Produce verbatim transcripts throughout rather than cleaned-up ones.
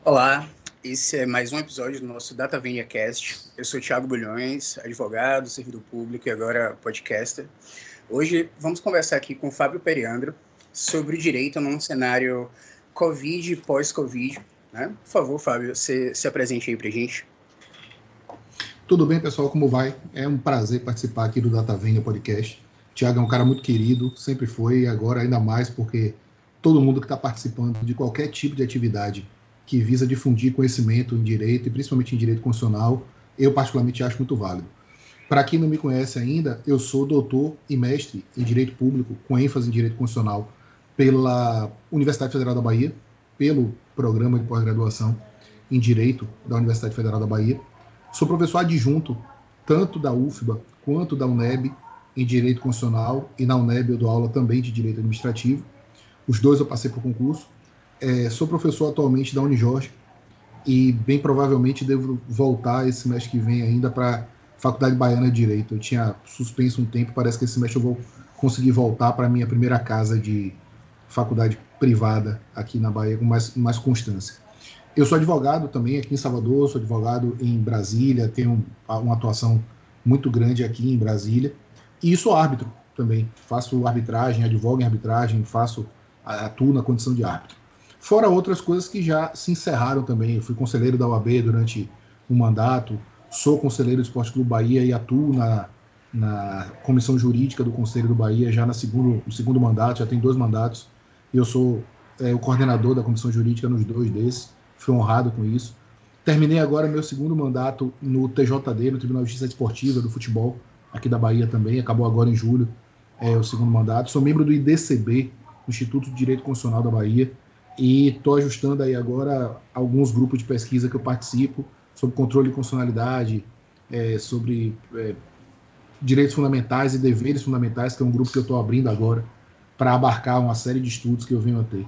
Olá, esse é mais um episódio do nosso DataVendiaCast. Eu sou o Thiago Bulhões, advogado, servidor público e agora podcaster. Hoje vamos conversar aqui com o Fábio Periandro sobre direito num cenário Covid e pós-Covid. Né? Por favor, Fábio, você se apresente aí pra gente. Tudo bem, pessoal? Como vai? É um prazer participar aqui do DataVendia Podcast. O Thiago é um cara muito querido, sempre foi, e agora ainda mais porque todo mundo que está participando de qualquer tipo de atividade que visa difundir conhecimento em direito, e principalmente em direito constitucional, eu particularmente acho muito válido. Para quem não me conhece ainda, eu sou doutor e mestre em Direito Público, com ênfase em Direito Constitucional, pela Universidade Federal da Bahia, pelo Programa de Pós-Graduação em Direito da Universidade Federal da Bahia. Sou professor adjunto, tanto da U F B A quanto da UNEB, em Direito Constitucional, e na UNEB eu dou aula também de Direito Administrativo. Os dois eu passei por concurso. É, sou professor atualmente da Unijorge e bem provavelmente devo voltar esse semestre que vem ainda para a Faculdade Baiana de Direito. Eu tinha suspenso um tempo, parece que esse semestre eu vou conseguir voltar para a minha primeira casa de faculdade privada aqui na Bahia com mais, mais constância. Eu sou advogado também aqui em Salvador, sou advogado em Brasília, tenho uma atuação muito grande aqui em Brasília e sou árbitro também. Faço arbitragem, advogo em arbitragem, faço, atuo na condição de árbitro. Fora outras coisas que já se encerraram também. Eu fui conselheiro da U A B durante um mandato, sou conselheiro do Esporte Clube Bahia e atuo na, na comissão jurídica do Conselho do Bahia já na segundo, no segundo mandato, já tem dois mandatos. E eu sou é, o coordenador da comissão jurídica nos dois desses, fui honrado com isso. Terminei agora meu segundo mandato no T J D, no Tribunal de Justiça Desportiva do Futebol, aqui da Bahia também, acabou agora em julho é, o segundo mandato. Sou membro do I D C B, Instituto de Direito Constitucional da Bahia, e estou ajustando aí agora alguns grupos de pesquisa que eu participo sobre controle de constitucionalidade, é, sobre é, direitos fundamentais e deveres fundamentais, que é um grupo que eu estou abrindo agora para abarcar uma série de estudos que eu venho a ter.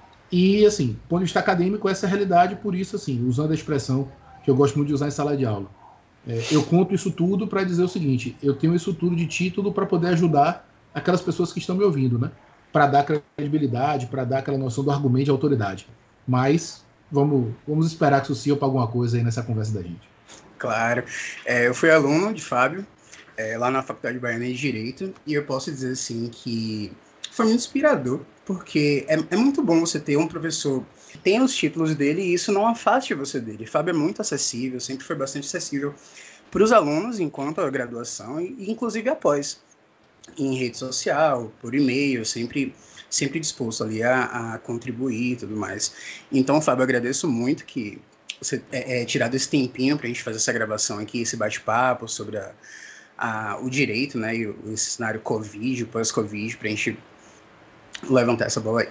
E, assim, do ponto de vista acadêmico, essa é a realidade, por isso, assim, usando a expressão que eu gosto muito de usar em sala de aula. É, eu conto isso tudo para dizer o seguinte: eu tenho isso tudo de título para poder ajudar aquelas pessoas que estão me ouvindo, né? Para dar credibilidade, para dar aquela noção do argumento de autoridade. Mas vamos, vamos esperar que isso sirva para alguma coisa aí nessa conversa da gente. Claro. É, eu fui aluno de Fábio, é, lá na Faculdade Baiana de Direito, e eu posso dizer, assim, que foi muito inspirador, porque é, é muito bom você ter um professor que tem os títulos dele e isso não afaste você dele. Fábio é muito acessível, sempre foi bastante acessível para os alunos enquanto a graduação e, e inclusive após. Em rede social, por e-mail, sempre, sempre disposto ali a, a contribuir e tudo mais. Então, Fábio, eu agradeço muito que você é, é, tirado esse tempinho para a gente fazer essa gravação aqui, esse bate-papo sobre a, a, o direito, né, e o, esse cenário Covid, pós-Covid, para a gente levantar essa bola aí.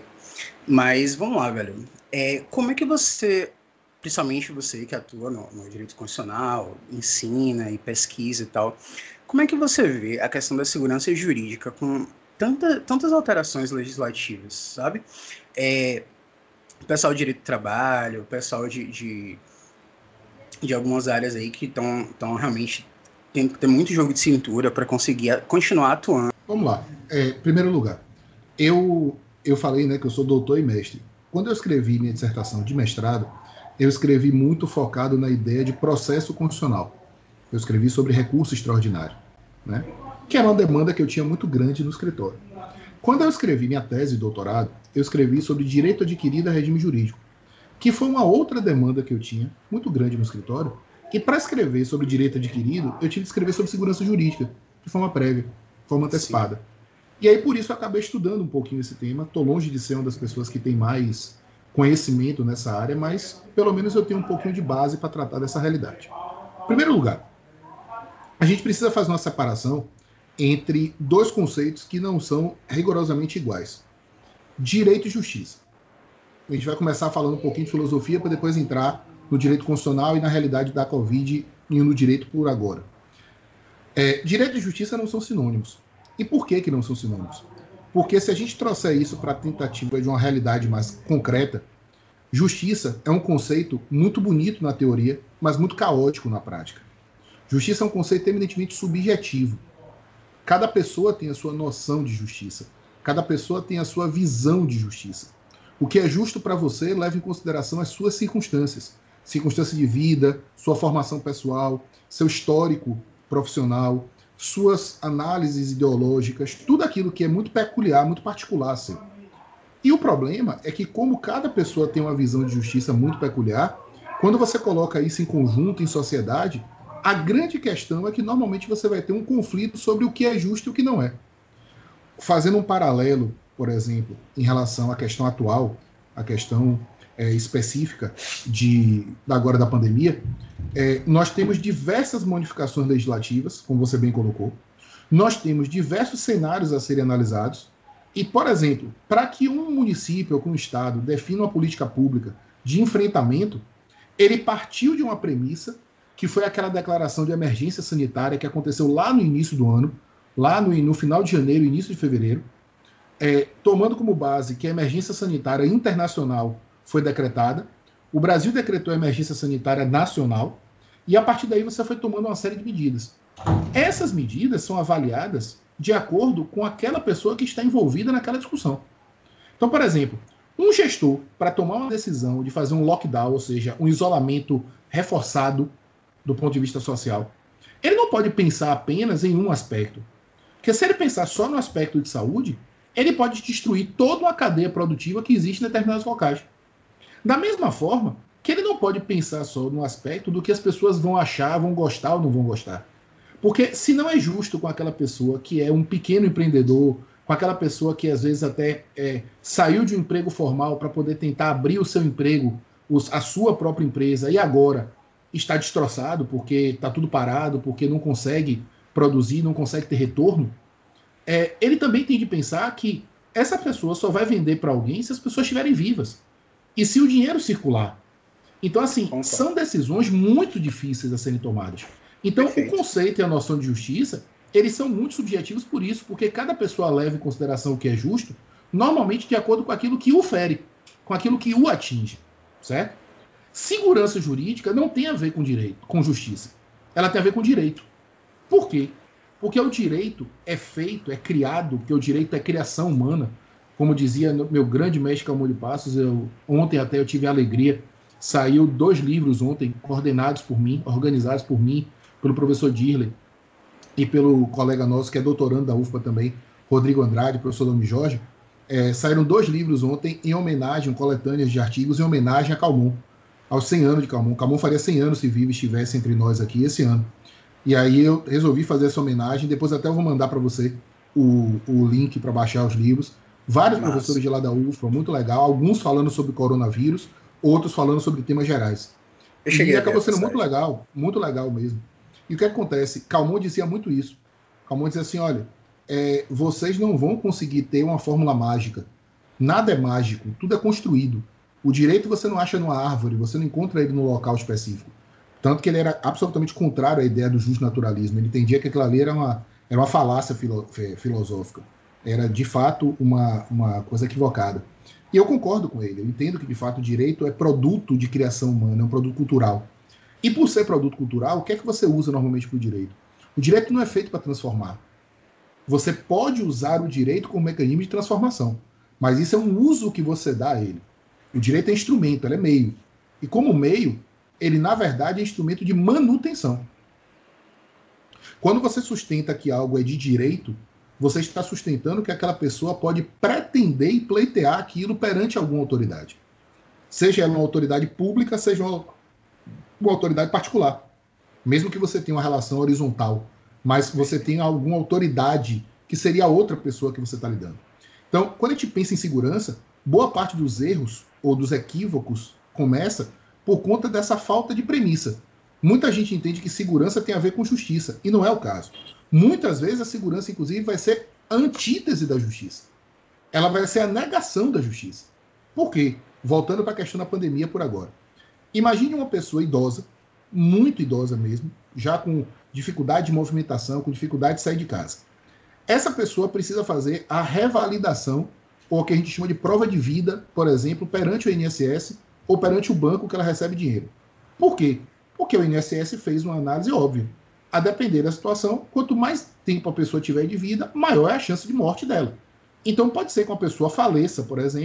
Mas vamos lá, velho. É, como é que você, principalmente você que atua no, no direito constitucional, ensina e pesquisa e tal, como é que você vê a questão da segurança jurídica com tanta, tantas alterações legislativas, sabe? É, o pessoal de direito do trabalho, o pessoal de, de, de algumas áreas aí que estão realmente tendo que ter muito jogo de cintura para conseguir continuar atuando. Vamos lá. É, em primeiro lugar, eu, eu falei, né, que eu sou doutor e mestre. Quando eu escrevi minha dissertação de mestrado, eu escrevi muito focado na ideia de processo constitucional. Eu escrevi sobre recurso extraordinário, né? Que era uma demanda que eu tinha muito grande no escritório. Quando eu escrevi minha tese de doutorado, eu escrevi sobre direito adquirido a regime jurídico, que foi uma outra demanda que eu tinha, muito grande no escritório, e para escrever sobre direito adquirido, eu tive que escrever sobre segurança jurídica, de forma prévia, de forma antecipada. Sim. E aí, por isso, eu acabei estudando um pouquinho esse tema. Estou longe de ser uma das pessoas que tem mais conhecimento nessa área, mas pelo menos eu tenho um pouquinho de base para tratar dessa realidade. Em primeiro lugar, a gente precisa fazer uma separação entre dois conceitos que não são rigorosamente iguais: direito e justiça. A gente vai começar falando um pouquinho de filosofia para depois entrar no direito constitucional e na realidade da Covid e no direito por agora. É, direito e justiça não são sinônimos. E por que que não são sinônimos? Porque se a gente trouxer isso para a tentativa de uma realidade mais concreta, justiça é um conceito muito bonito na teoria, mas muito caótico na prática. Justiça é um conceito eminentemente subjetivo. Cada pessoa tem a sua noção de justiça. Cada pessoa tem a sua visão de justiça. O que é justo para você leva em consideração as suas circunstâncias. Circunstância de vida, sua formação pessoal, seu histórico profissional, suas análises ideológicas, tudo aquilo que é muito peculiar, muito particular seu. E o problema é que, como cada pessoa tem uma visão de justiça muito peculiar, quando você coloca isso em conjunto, em sociedade, a grande questão é que normalmente você vai ter um conflito sobre o que é justo e o que não é. Fazendo um paralelo, por exemplo, em relação à questão atual, a questão é, específica de, agora da pandemia, é, nós temos diversas modificações legislativas, como você bem colocou, nós temos diversos cenários a serem analisados, e, por exemplo, para que um município ou que um estado defina uma política pública de enfrentamento, ele partiu de uma premissa que foi aquela declaração de emergência sanitária que aconteceu lá no início do ano, lá no, no final de janeiro, início de fevereiro, é, tomando como base que a emergência sanitária internacional foi decretada, o Brasil decretou a emergência sanitária nacional, e a partir daí você foi tomando uma série de medidas. Essas medidas são avaliadas de acordo com aquela pessoa que está envolvida naquela discussão. Então, por exemplo, um gestor, para tomar uma decisão de fazer um lockdown, ou seja, um isolamento reforçado do ponto de vista social, ele não pode pensar apenas em um aspecto. Porque se ele pensar só no aspecto de saúde, ele pode destruir toda uma cadeia produtiva que existe em determinados locais. Da mesma forma que ele não pode pensar só no aspecto do que as pessoas vão achar, vão gostar ou não vão gostar. Porque se não é justo com aquela pessoa que é um pequeno empreendedor, com aquela pessoa que às vezes até é, saiu de um emprego formal para poder tentar abrir o seu emprego, os, a sua própria empresa, e agora está destroçado porque está tudo parado, porque não consegue produzir, não consegue ter retorno, é, ele também tem de pensar que essa pessoa só vai vender para alguém se as pessoas estiverem vivas. E se o dinheiro circular. Então, assim, Concordo. São decisões muito difíceis a serem tomadas. Então, Perfeito. O conceito e a noção de justiça, eles são muito subjetivos por isso, porque cada pessoa leva em consideração o que é justo, normalmente de acordo com aquilo que o fere, com aquilo que o atinge, certo? Segurança jurídica não tem a ver com direito, com justiça. Ela tem a ver com direito. Por quê? Porque o direito é feito, é criado, porque o direito é criação humana. Como dizia meu grande mestre Camões de Passos, eu, ontem até eu tive a alegria, saiu dois livros ontem, coordenados por mim, organizados por mim, pelo professor Dirley e pelo colega nosso, que é doutorando da U F P A também, Rodrigo Andrade, professor Dom Jorge, é, saíram dois livros ontem em homenagem, coletâneas de artigos, em homenagem a Calmon, aos cem anos de Calmon. Calmon faria cem anos se vivo estivesse entre nós aqui esse ano. E aí eu resolvi fazer essa homenagem, depois até eu vou mandar para você o, o link para baixar os livros. Vários Nossa. professores de lá da U F P A, muito legal, alguns falando sobre coronavírus, outros falando sobre temas gerais. Eu e acabou sendo muito legal, muito legal mesmo. E o que acontece? Calmon dizia muito isso. Calmon dizia assim, olha, é, vocês não vão conseguir ter uma fórmula mágica. Nada é mágico, tudo é construído. O direito você não acha numa árvore, você não encontra ele num local específico. Tanto que ele era absolutamente contrário à ideia do justnaturalismo. Ele entendia que aquilo ali era uma, era uma falácia filo, filosófica. Era, de fato, uma, uma coisa equivocada. E eu concordo com ele. Eu entendo que, de fato, o direito é produto de criação humana, é um produto cultural. E por ser produto cultural, o que é que você usa normalmente para o direito? O direito não é feito para transformar. Você pode usar o direito como mecanismo de transformação, mas isso é um uso que você dá a ele. O direito é instrumento, ele é meio. E como meio, ele, na verdade, é instrumento de manutenção. Quando você sustenta que algo é de direito, você está sustentando que aquela pessoa pode pretender e pleitear aquilo perante alguma autoridade. Seja ela uma autoridade pública, seja uma, uma autoridade particular. Mesmo que você tenha uma relação horizontal, mas você tenha alguma autoridade que seria a outra pessoa que você está lidando. Então, quando a gente pensa em segurança, boa parte dos erros ou dos equívocos começa por conta dessa falta de premissa. Muita gente entende que segurança tem a ver com justiça, e não é o caso. Muitas vezes a segurança, inclusive, vai ser a antítese da justiça. Ela vai ser a negação da justiça. Por quê? Voltando para a questão da pandemia por agora. Imagine uma pessoa idosa, muito idosa mesmo, já com dificuldade de movimentação, com dificuldade de sair de casa. Essa pessoa precisa fazer a revalidação, ou o que a gente chama de prova de vida, por exemplo, perante o I N S S ou perante o banco que ela recebe dinheiro. Por quê? Porque o I N S S fez uma análise óbvia. A depender da situação, quanto mais tempo a pessoa tiver de vida, maior é a chance de morte dela. Então pode ser que uma pessoa faleça, por exemplo,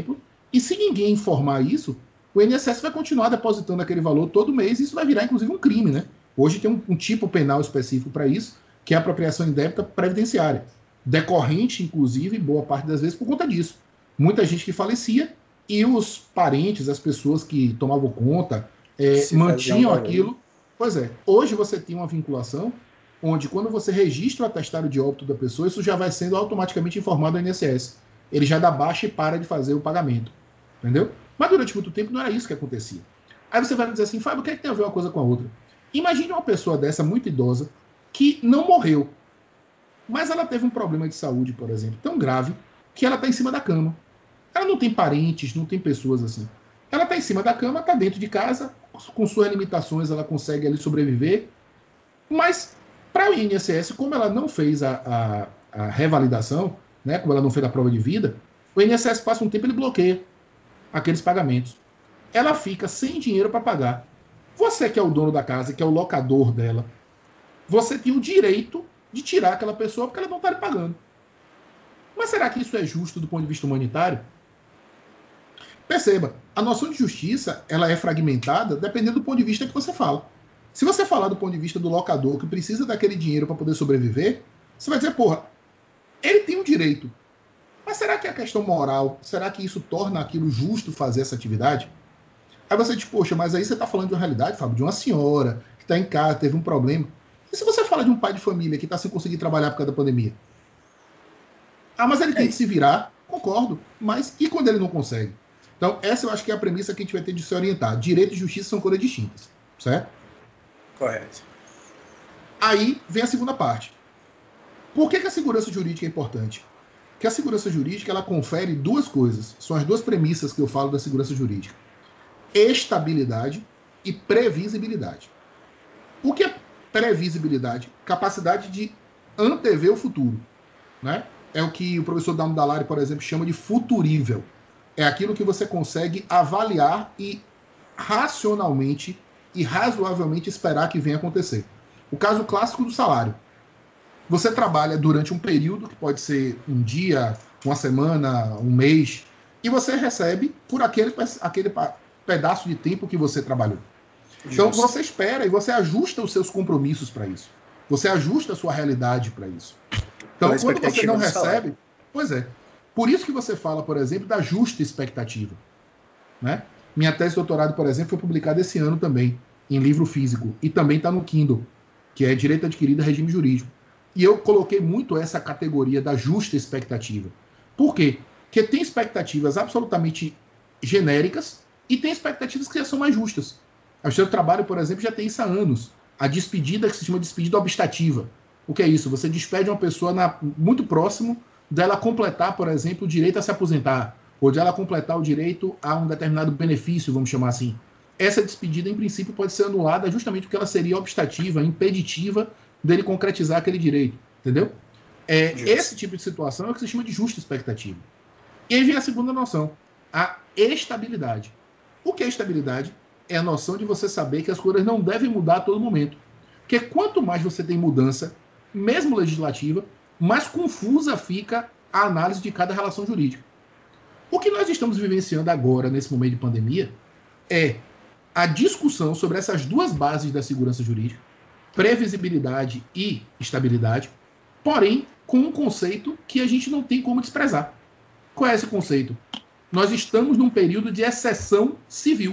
E se ninguém informar isso, o I N S S vai continuar depositando aquele valor todo mês e isso vai virar, inclusive, um crime, né? Hoje tem um, um tipo penal específico para isso, que é a apropriação indébita previdenciária, decorrente, inclusive, boa parte das vezes, por conta disso. Muita gente que falecia e os parentes, as pessoas que tomavam conta, é, mantinham aquilo. Pois é, hoje você tem uma vinculação onde, quando você registra o atestado de óbito da pessoa, isso já vai sendo automaticamente informado ao I N S S. Ele já dá baixa e para de fazer o pagamento. Entendeu? Mas durante muito tempo não era isso que acontecia. Aí você vai me dizer assim, Fábio, o que é que tem a ver uma coisa com a outra? Imagine uma pessoa dessa, muito idosa, que não morreu, mas ela teve um problema de saúde, por exemplo, tão grave, que ela está em cima da cama. Ela não tem parentes, não tem pessoas assim. Ela está em cima da cama, está dentro de casa, com suas limitações, ela consegue ali sobreviver, mas para o I N S S, como ela não fez a, a, a revalidação, né, como ela não fez a prova de vida, o I N S S passa um tempo e ele bloqueia aqueles pagamentos. Ela fica sem dinheiro para pagar. Você que é o dono da casa, que é o locador dela, você tem o direito de tirar aquela pessoa porque ela não está lhe pagando. Mas será que isso é justo do ponto de vista humanitário? Perceba, a noção de justiça ela é fragmentada dependendo do ponto de vista que você fala. Se você falar do ponto de vista do locador que precisa daquele dinheiro para poder sobreviver, você vai dizer, porra, ele tem um direito. Mas será que é a questão moral, será que isso torna aquilo justo fazer essa atividade? Aí você diz, poxa, mas aí você está falando de uma realidade, Fábio, de uma senhora que está em casa, teve um problema. E se você fala de um pai de família que está sem conseguir trabalhar por causa da pandemia? Ah, mas ele tem que se virar, concordo. Mas e quando ele não consegue? Então, essa eu acho que é a premissa que a gente vai ter de se orientar. Direito e justiça são coisas distintas, certo? Correto. Aí vem a segunda parte. Por que, que a segurança jurídica é importante? Porque a segurança jurídica ela confere duas coisas. São as duas premissas que eu falo da segurança jurídica. Estabilidade e previsibilidade. O que é previsibilidade? Capacidade de antever o futuro, né? É o que o professor Dalmo Dallari, por exemplo, chama de futurível. É aquilo que você consegue avaliar e racionalmente e razoavelmente esperar que venha acontecer. O caso clássico do salário. Você trabalha durante um período, que pode ser um dia, uma semana, um mês, e você recebe por aquele, aquele pedaço de tempo que você trabalhou. Então Justo. Você espera e você ajusta os seus compromissos para isso. Você ajusta a sua realidade para isso. Então, quando você não recebe... Pois é. Por isso que você fala, por exemplo, da justa expectativa. Né? Minha tese de doutorado, por exemplo, foi publicada esse ano também, em livro físico, e também está no Kindle, que é Direito Adquirido a Regime Jurídico. E eu coloquei muito essa categoria da justa expectativa. Por quê? Porque tem expectativas absolutamente genéricas e tem expectativas que já são mais justas. O seu trabalho, por exemplo, já tem isso há anos. A despedida, que se chama despedida obstativa. O que é isso? Você despede uma pessoa na, muito próximo dela completar, por exemplo, o direito a se aposentar, ou de ela completar o direito a um determinado benefício, vamos chamar assim. Essa despedida, em princípio, pode ser anulada justamente porque ela seria obstativa, impeditiva dele concretizar aquele direito, entendeu? É, esse tipo de situação é o que se chama de justa expectativa. E aí vem a segunda noção, a estabilidade. O que é estabilidade? É a noção de você saber que as coisas não devem mudar a todo momento. Porque quanto mais você tem mudança, mesmo legislativa, mais confusa fica a análise de cada relação jurídica. O que nós estamos vivenciando agora, nesse momento de pandemia, é a discussão sobre essas duas bases da segurança jurídica, previsibilidade e estabilidade, porém com um conceito que a gente não tem como desprezar. Qual é esse conceito? Nós estamos num período de exceção civil.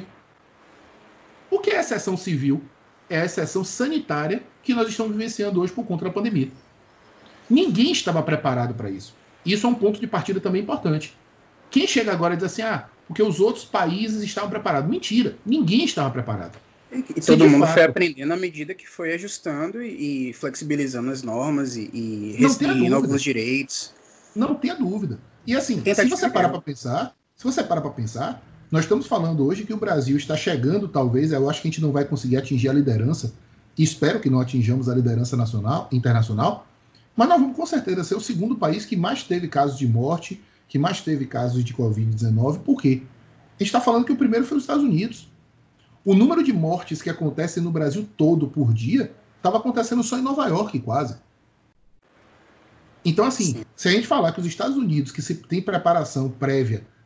O que é exceção civil? É a exceção sanitária que nós estamos vivenciando hoje por conta da pandemia. Ninguém estava preparado para isso. Isso é um ponto de partida também importante. Quem chega agora e diz assim, ah, porque os outros países estavam preparados. Mentira, ninguém estava preparado. E, e todo mundo fato, foi aprendendo à medida que foi ajustando e, e flexibilizando as normas e, e restringindo alguns direitos. Não tenha dúvida. E assim, se você parar para pensar, se você parar para pensar, nós estamos falando hoje que o Brasil está chegando, talvez, eu acho que a gente não vai conseguir atingir a liderança, e espero que não atinjamos a liderança nacional, internacional, mas nós vamos com certeza ser o segundo país que mais teve casos de morte, que mais teve casos de covid dezenove. Por quê? A gente está falando que o primeiro foi os Estados Unidos. O número de mortes que acontecem no Brasil todo por dia estava acontecendo só em Nova York, quase. Então, assim, Sim. se a gente falar que os Estados Unidos, que se tem preparação prévia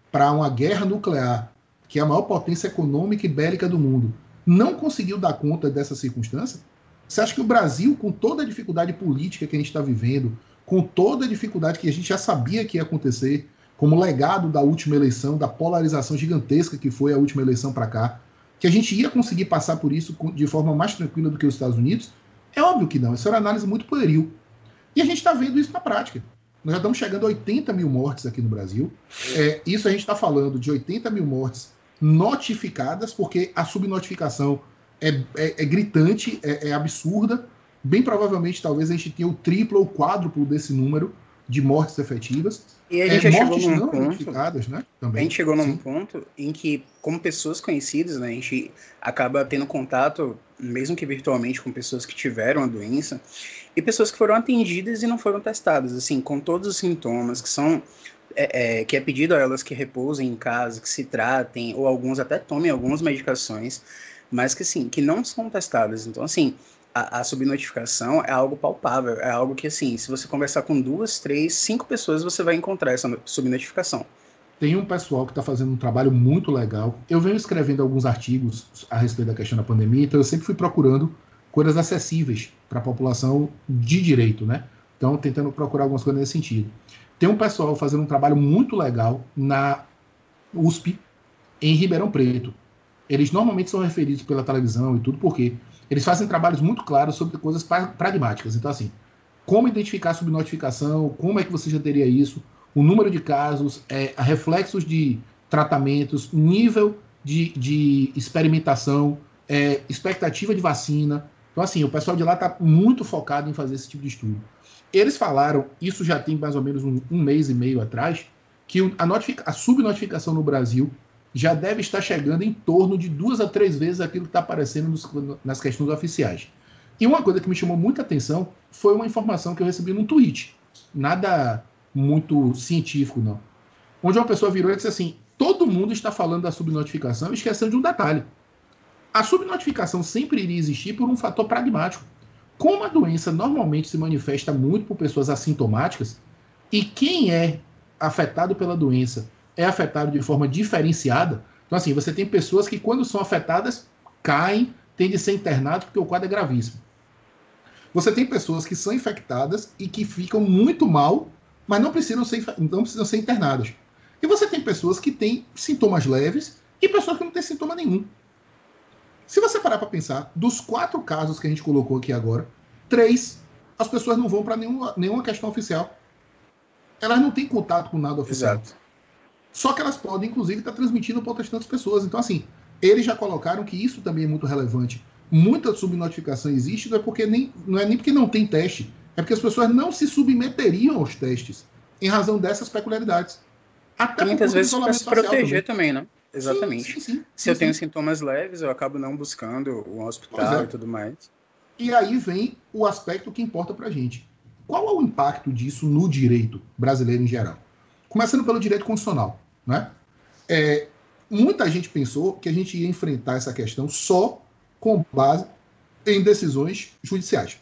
para uma guerra nuclear, que é a maior potência econômica e bélica do mundo, não conseguiu dar conta dessa circunstância? Você acha que o Brasil, com toda a dificuldade política que a gente está vivendo, com toda a dificuldade que a gente já sabia que ia acontecer, como legado da última eleição, da polarização gigantesca que foi a última eleição para cá, que a gente ia conseguir passar por isso de forma mais tranquila do que os Estados Unidos? É óbvio que não. Isso era uma análise muito pueril. E a gente está vendo isso na prática. Nós já estamos chegando a oitenta mil mortes aqui no Brasil. É, isso a gente está falando de oitenta mil mortes notificadas, porque a subnotificação é, é, é gritante, é, é absurda. Bem provavelmente, talvez a gente tenha o triplo ou quádruplo desse número de mortes efetivas. E a gente é, já mortes chegou num não ponto, notificadas, né? Também. A gente chegou num Sim. ponto em que, como pessoas conhecidas, né, a gente acaba tendo contato, mesmo que virtualmente, com pessoas que tiveram a doença, e pessoas que foram atendidas e não foram testadas, assim, com todos os sintomas, que são é, é, que é pedido a elas que repousem em casa, que se tratem, ou alguns até tomem algumas medicações, mas que, assim, que não são testadas. Então, assim, a, a subnotificação é algo palpável, é algo que, assim, se você conversar com duas, três, cinco pessoas, você vai encontrar essa subnotificação. Tem um pessoal que está fazendo um trabalho muito legal. Eu venho escrevendo alguns artigos a respeito da questão da pandemia, então eu sempre fui procurando coisas acessíveis para a população de direito, né? Então, tentando procurar algumas coisas nesse sentido. Tem um pessoal fazendo um trabalho muito legal na U S P, em Ribeirão Preto. Eles normalmente são referidos pela televisão e tudo, porque eles fazem trabalhos muito claros sobre coisas pragmáticas. Então, assim, como identificar a subnotificação, como é que você já teria isso, o número de casos, é, reflexos de tratamentos, nível de, de experimentação, é, expectativa de vacina. Então, assim, o pessoal de lá está muito focado em fazer esse tipo de estudo. Eles falaram, isso já tem mais ou menos um, um mês e meio atrás, que a, a subnotificação no Brasil já deve estar chegando em torno de duas a três vezes aquilo que está aparecendo nos, nas questões oficiais. E uma coisa que me chamou muita atenção foi uma informação que eu recebi num tweet. Nada muito científico, não. Onde uma pessoa virou e disse assim, todo mundo está falando da subnotificação, esquecendo de um detalhe. A subnotificação sempre iria existir por um fator pragmático. Como a doença normalmente se manifesta muito por pessoas assintomáticas, e quem é afetado pela doença é afetado de forma diferenciada, então assim, você tem pessoas que quando são afetadas, caem, têm de ser internados porque o quadro é gravíssimo. Você tem pessoas que são infectadas e que ficam muito mal, mas não precisam ser, não precisam ser internadas. E você tem pessoas que têm sintomas leves e pessoas que não têm sintoma nenhum. Se você parar para pensar, dos quatro casos que a gente colocou aqui agora, três, as pessoas não vão para nenhuma, nenhuma questão oficial. Elas não têm contato com nada oficial. Exato. Só que elas podem, inclusive, estar transmitindo para outras tantas pessoas. Então, assim, eles já colocaram que isso também é muito relevante. Muita subnotificação existe, não é, porque nem, não é nem porque não tem teste, é porque as pessoas não se submeteriam aos testes, em razão dessas peculiaridades. Até muitas vezes para se proteger também, né? Exatamente. Sim, sim, sim, se sim, eu tenho sim. sintomas leves, eu acabo não buscando um hospital é. e tudo mais. E aí vem o aspecto que importa para a gente. Qual é o impacto disso no direito brasileiro em geral? Começando pelo direito constitucional, né? É, muita gente pensou que a gente ia enfrentar essa questão só com base em decisões judiciais,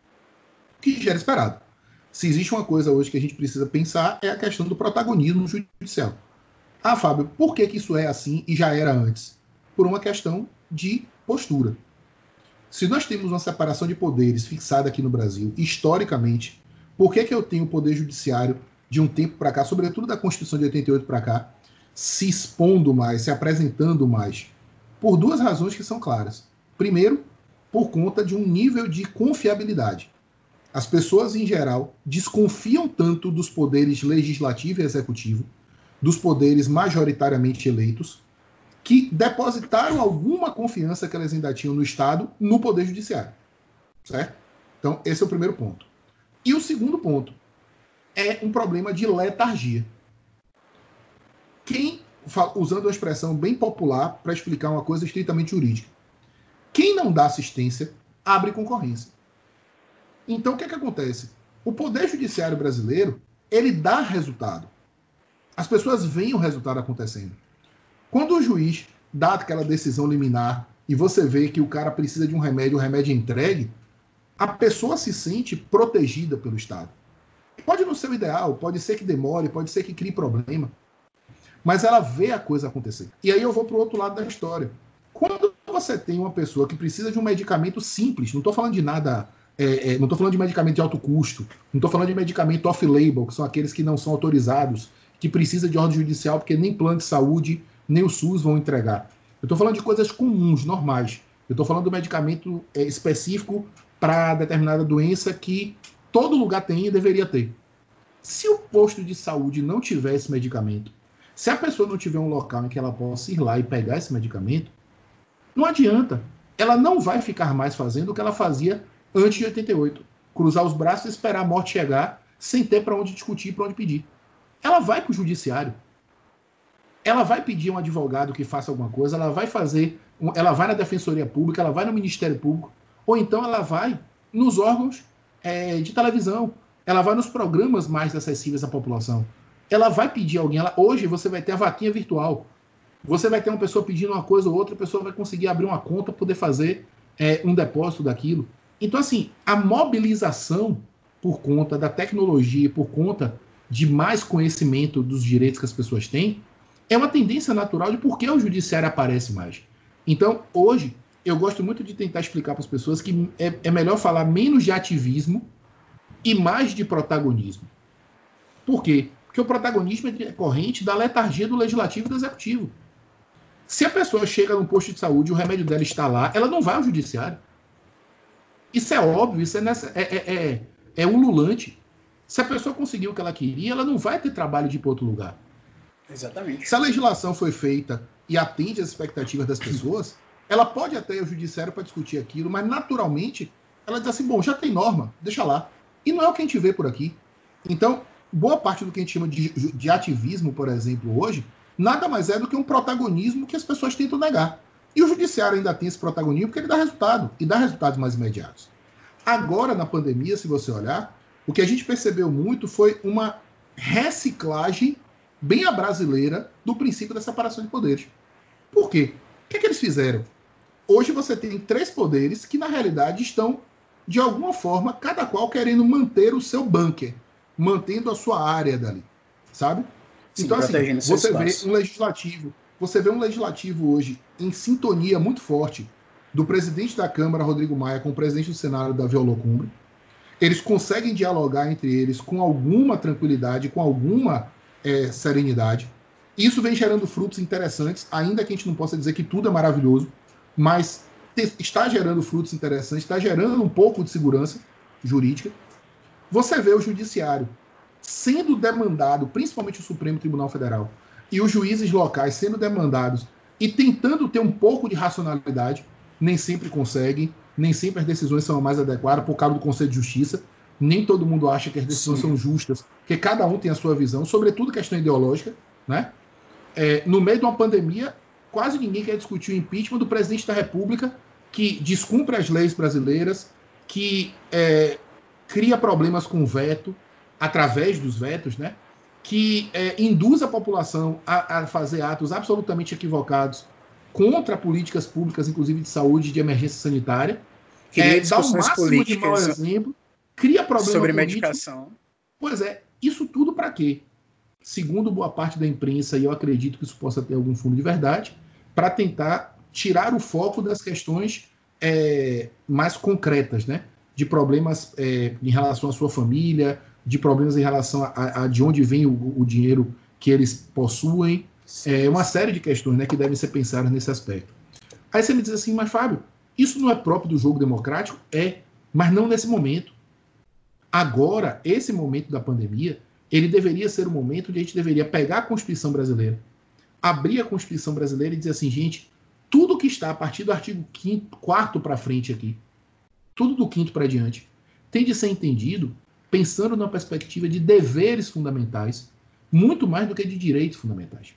que já era esperado. Se existe uma coisa hoje que a gente precisa pensar é a questão do protagonismo judicial. Ah, Fábio, por que, que isso é assim e já era antes? Por uma questão de postura. Se nós temos uma separação de poderes fixada aqui no Brasil, historicamente, por que, que eu tenho o poder judiciário de um tempo para cá, sobretudo da Constituição de oitenta e oito para cá, se expondo mais, se apresentando mais? Por duas razões que são claras. Primeiro, por conta de um nível de confiabilidade. As pessoas, em geral, desconfiam tanto dos poderes legislativo e executivo, dos poderes majoritariamente eleitos, que depositaram alguma confiança que elas ainda tinham no Estado no Poder Judiciário. Certo? Então, esse é o primeiro ponto. E o segundo ponto é um problema de letargia. Quem, usando uma expressão bem popular para explicar uma coisa estritamente jurídica, quem não dá assistência, abre concorrência. Então, o que é que acontece? O Poder Judiciário brasileiro, ele dá resultado. As pessoas veem o resultado acontecendo. Quando o juiz dá aquela decisão liminar e você vê que o cara precisa de um remédio, o remédio é entregue, a pessoa se sente protegida pelo Estado. Pode não ser o ideal, pode ser que demore, pode ser que crie problema. mas ela vê a coisa acontecer. E aí eu vou para o outro lado da história. Quando você tem uma pessoa que precisa de um medicamento simples, não estou falando de nada, é, é, não estou falando de medicamento de alto custo, não estou falando de medicamento off-label, que são aqueles que não são autorizados, que precisa de ordem judicial, porque nem plano de saúde, nem o SUS vão entregar. Eu estou falando de coisas comuns, normais. Eu estou falando do medicamento é, específico para determinada doença que todo lugar tem e deveria ter. Se o posto de saúde não tiver esse medicamento, se a pessoa não tiver um local em que ela possa ir lá e pegar esse medicamento, não adianta. Ela não vai ficar mais fazendo o que ela fazia antes de oitenta e oito. Cruzar os braços e esperar a morte chegar sem ter para onde discutir e para onde pedir. Ela vai para o judiciário. Ela vai pedir um advogado que faça alguma coisa, ela vai fazer, ela vai na Defensoria Pública, ela vai no Ministério Público, ou então ela vai nos órgãos é, de televisão, ela vai nos programas mais acessíveis à população. Ela vai pedir alguém. Ela, hoje você vai ter a vaquinha virtual. Você vai ter uma pessoa pedindo uma coisa ou outra, a pessoa vai conseguir abrir uma conta para poder fazer é, um depósito daquilo. Então, assim, a mobilização por conta da tecnologia, por conta de mais conhecimento dos direitos que as pessoas têm, é uma tendência natural de por que o judiciário aparece mais. Então, hoje, eu gosto muito de tentar explicar para as pessoas que é, é melhor falar menos de ativismo e mais de protagonismo. Por quê? Porque o protagonismo é decorrente da letargia do legislativo e do executivo. Se a pessoa chega num posto de saúde e o remédio dela está lá, ela não vai ao judiciário. Isso é óbvio, isso é, nessa, é, é, é, é ululante. Se a pessoa conseguiu o que ela queria, ela não vai ter trabalho de ir para outro lugar. Exatamente. Se a legislação foi feita e atende às expectativas das pessoas, ela pode até ir ao judiciário para discutir aquilo, mas naturalmente ela diz assim, bom, já tem norma, deixa lá. E não é o que a gente vê por aqui. Então, boa parte do que a gente chama de, de ativismo, por exemplo, hoje, nada mais é do que um protagonismo que as pessoas tentam negar. E o judiciário ainda tem esse protagonismo porque ele dá resultado, e dá resultados mais imediatos. Agora, na pandemia, se você olhar, o que a gente percebeu muito foi uma reciclagem bem a brasileira do princípio da separação de poderes. Por quê? O que é que eles fizeram? Hoje você tem três poderes que, na realidade, estão, de alguma forma, cada qual querendo manter o seu bunker, mantendo a sua área dali, sabe? Sim, então, assim, você vê um legislativo, você vê um legislativo hoje em sintonia muito forte do presidente da Câmara, Rodrigo Maia, com o presidente do Senado, Davi Alcolumbre. Eles conseguem dialogar entre eles com alguma tranquilidade, com alguma é, serenidade. Isso vem gerando frutos interessantes, ainda que a gente não possa dizer que tudo é maravilhoso, mas está gerando frutos interessantes, está gerando um pouco de segurança jurídica. Você vê o judiciário sendo demandado, principalmente o Supremo Tribunal Federal, e os juízes locais sendo demandados e tentando ter um pouco de racionalidade, nem sempre conseguem, nem sempre as decisões são as mais adequadas por causa do Conselho de Justiça, nem todo mundo acha que as decisões Sim. são justas, porque cada um tem a sua visão, sobretudo questão ideológica, né? É, no meio de uma pandemia, quase ninguém quer discutir o impeachment do presidente da República, que descumpre as leis brasileiras, que é, cria problemas com o veto, através dos vetos, né? Que é, induz a população a, a fazer atos absolutamente equivocados contra políticas públicas, inclusive de saúde e de emergência sanitária, é, dá o máximo de mau exemplo, cria problema sobre político. Medicação. Pois é, isso tudo para quê? Segundo boa parte da imprensa, e eu acredito que isso possa ter algum fundo de verdade, para tentar tirar o foco das questões é, mais concretas, né? De problemas é, em relação à sua família, de problemas em relação a, a de onde vem o, o dinheiro que eles possuem, é uma série de questões, né, que devem ser pensadas nesse aspecto. Aí você me diz assim, mas Fábio, isso não é próprio do jogo democrático? É, mas não nesse momento. Agora, esse momento da pandemia, ele deveria ser o momento onde a gente deveria pegar a Constituição brasileira, abrir a Constituição brasileira e dizer assim, gente, tudo que está a partir do artigo quinto, quarto para frente aqui, tudo do quinto para diante, tem de ser entendido pensando na perspectiva de deveres fundamentais, muito mais do que de direitos fundamentais.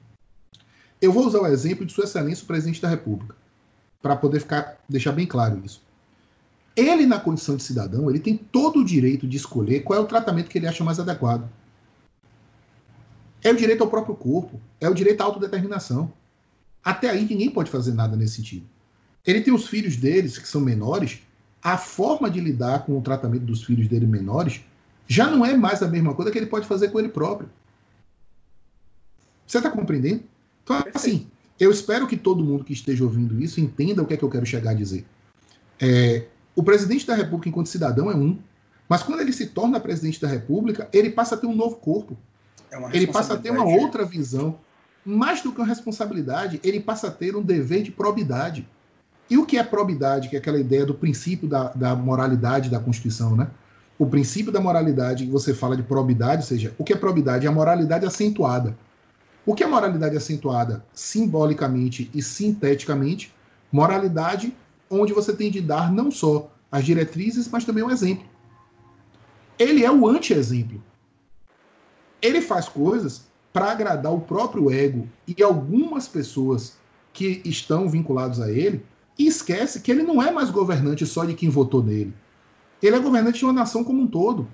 Eu vou usar o exemplo de Sua Excelência, o Presidente da República, para poder ficar, deixar bem claro isso. Ele, na condição de cidadão, ele tem todo o direito de escolher qual é o tratamento que ele acha mais adequado. É o direito ao próprio corpo, é o direito à autodeterminação. Até aí ninguém pode fazer nada nesse sentido. Ele tem os filhos deles, que são menores, a forma de lidar com o tratamento dos filhos dele menores já não é mais a mesma coisa que ele pode fazer com ele próprio. Você está compreendendo? Então, assim, eu espero que todo mundo que esteja ouvindo isso entenda o que é que eu quero chegar a dizer. É, o presidente da República, enquanto cidadão, é um, mas quando ele se torna presidente da República, ele passa a ter um novo corpo. É uma ele passa a ter uma outra visão. Mais do que uma responsabilidade, ele passa a ter um dever de probidade. E o que é probidade? Que é aquela ideia do princípio da, da moralidade da Constituição, né? O princípio da moralidade, você fala de probidade, ou seja, o que é probidade? É a moralidade acentuada. O que é moralidade acentuada? Simbolicamente e sinteticamente, moralidade onde você tem de dar não só as diretrizes, mas também um exemplo. Ele é o anti-exemplo. Ele faz coisas para agradar o próprio ego e algumas pessoas que estão vinculados a ele, e esquece que ele não é mais governante só de quem votou nele. Ele é governante de uma nação como um todo.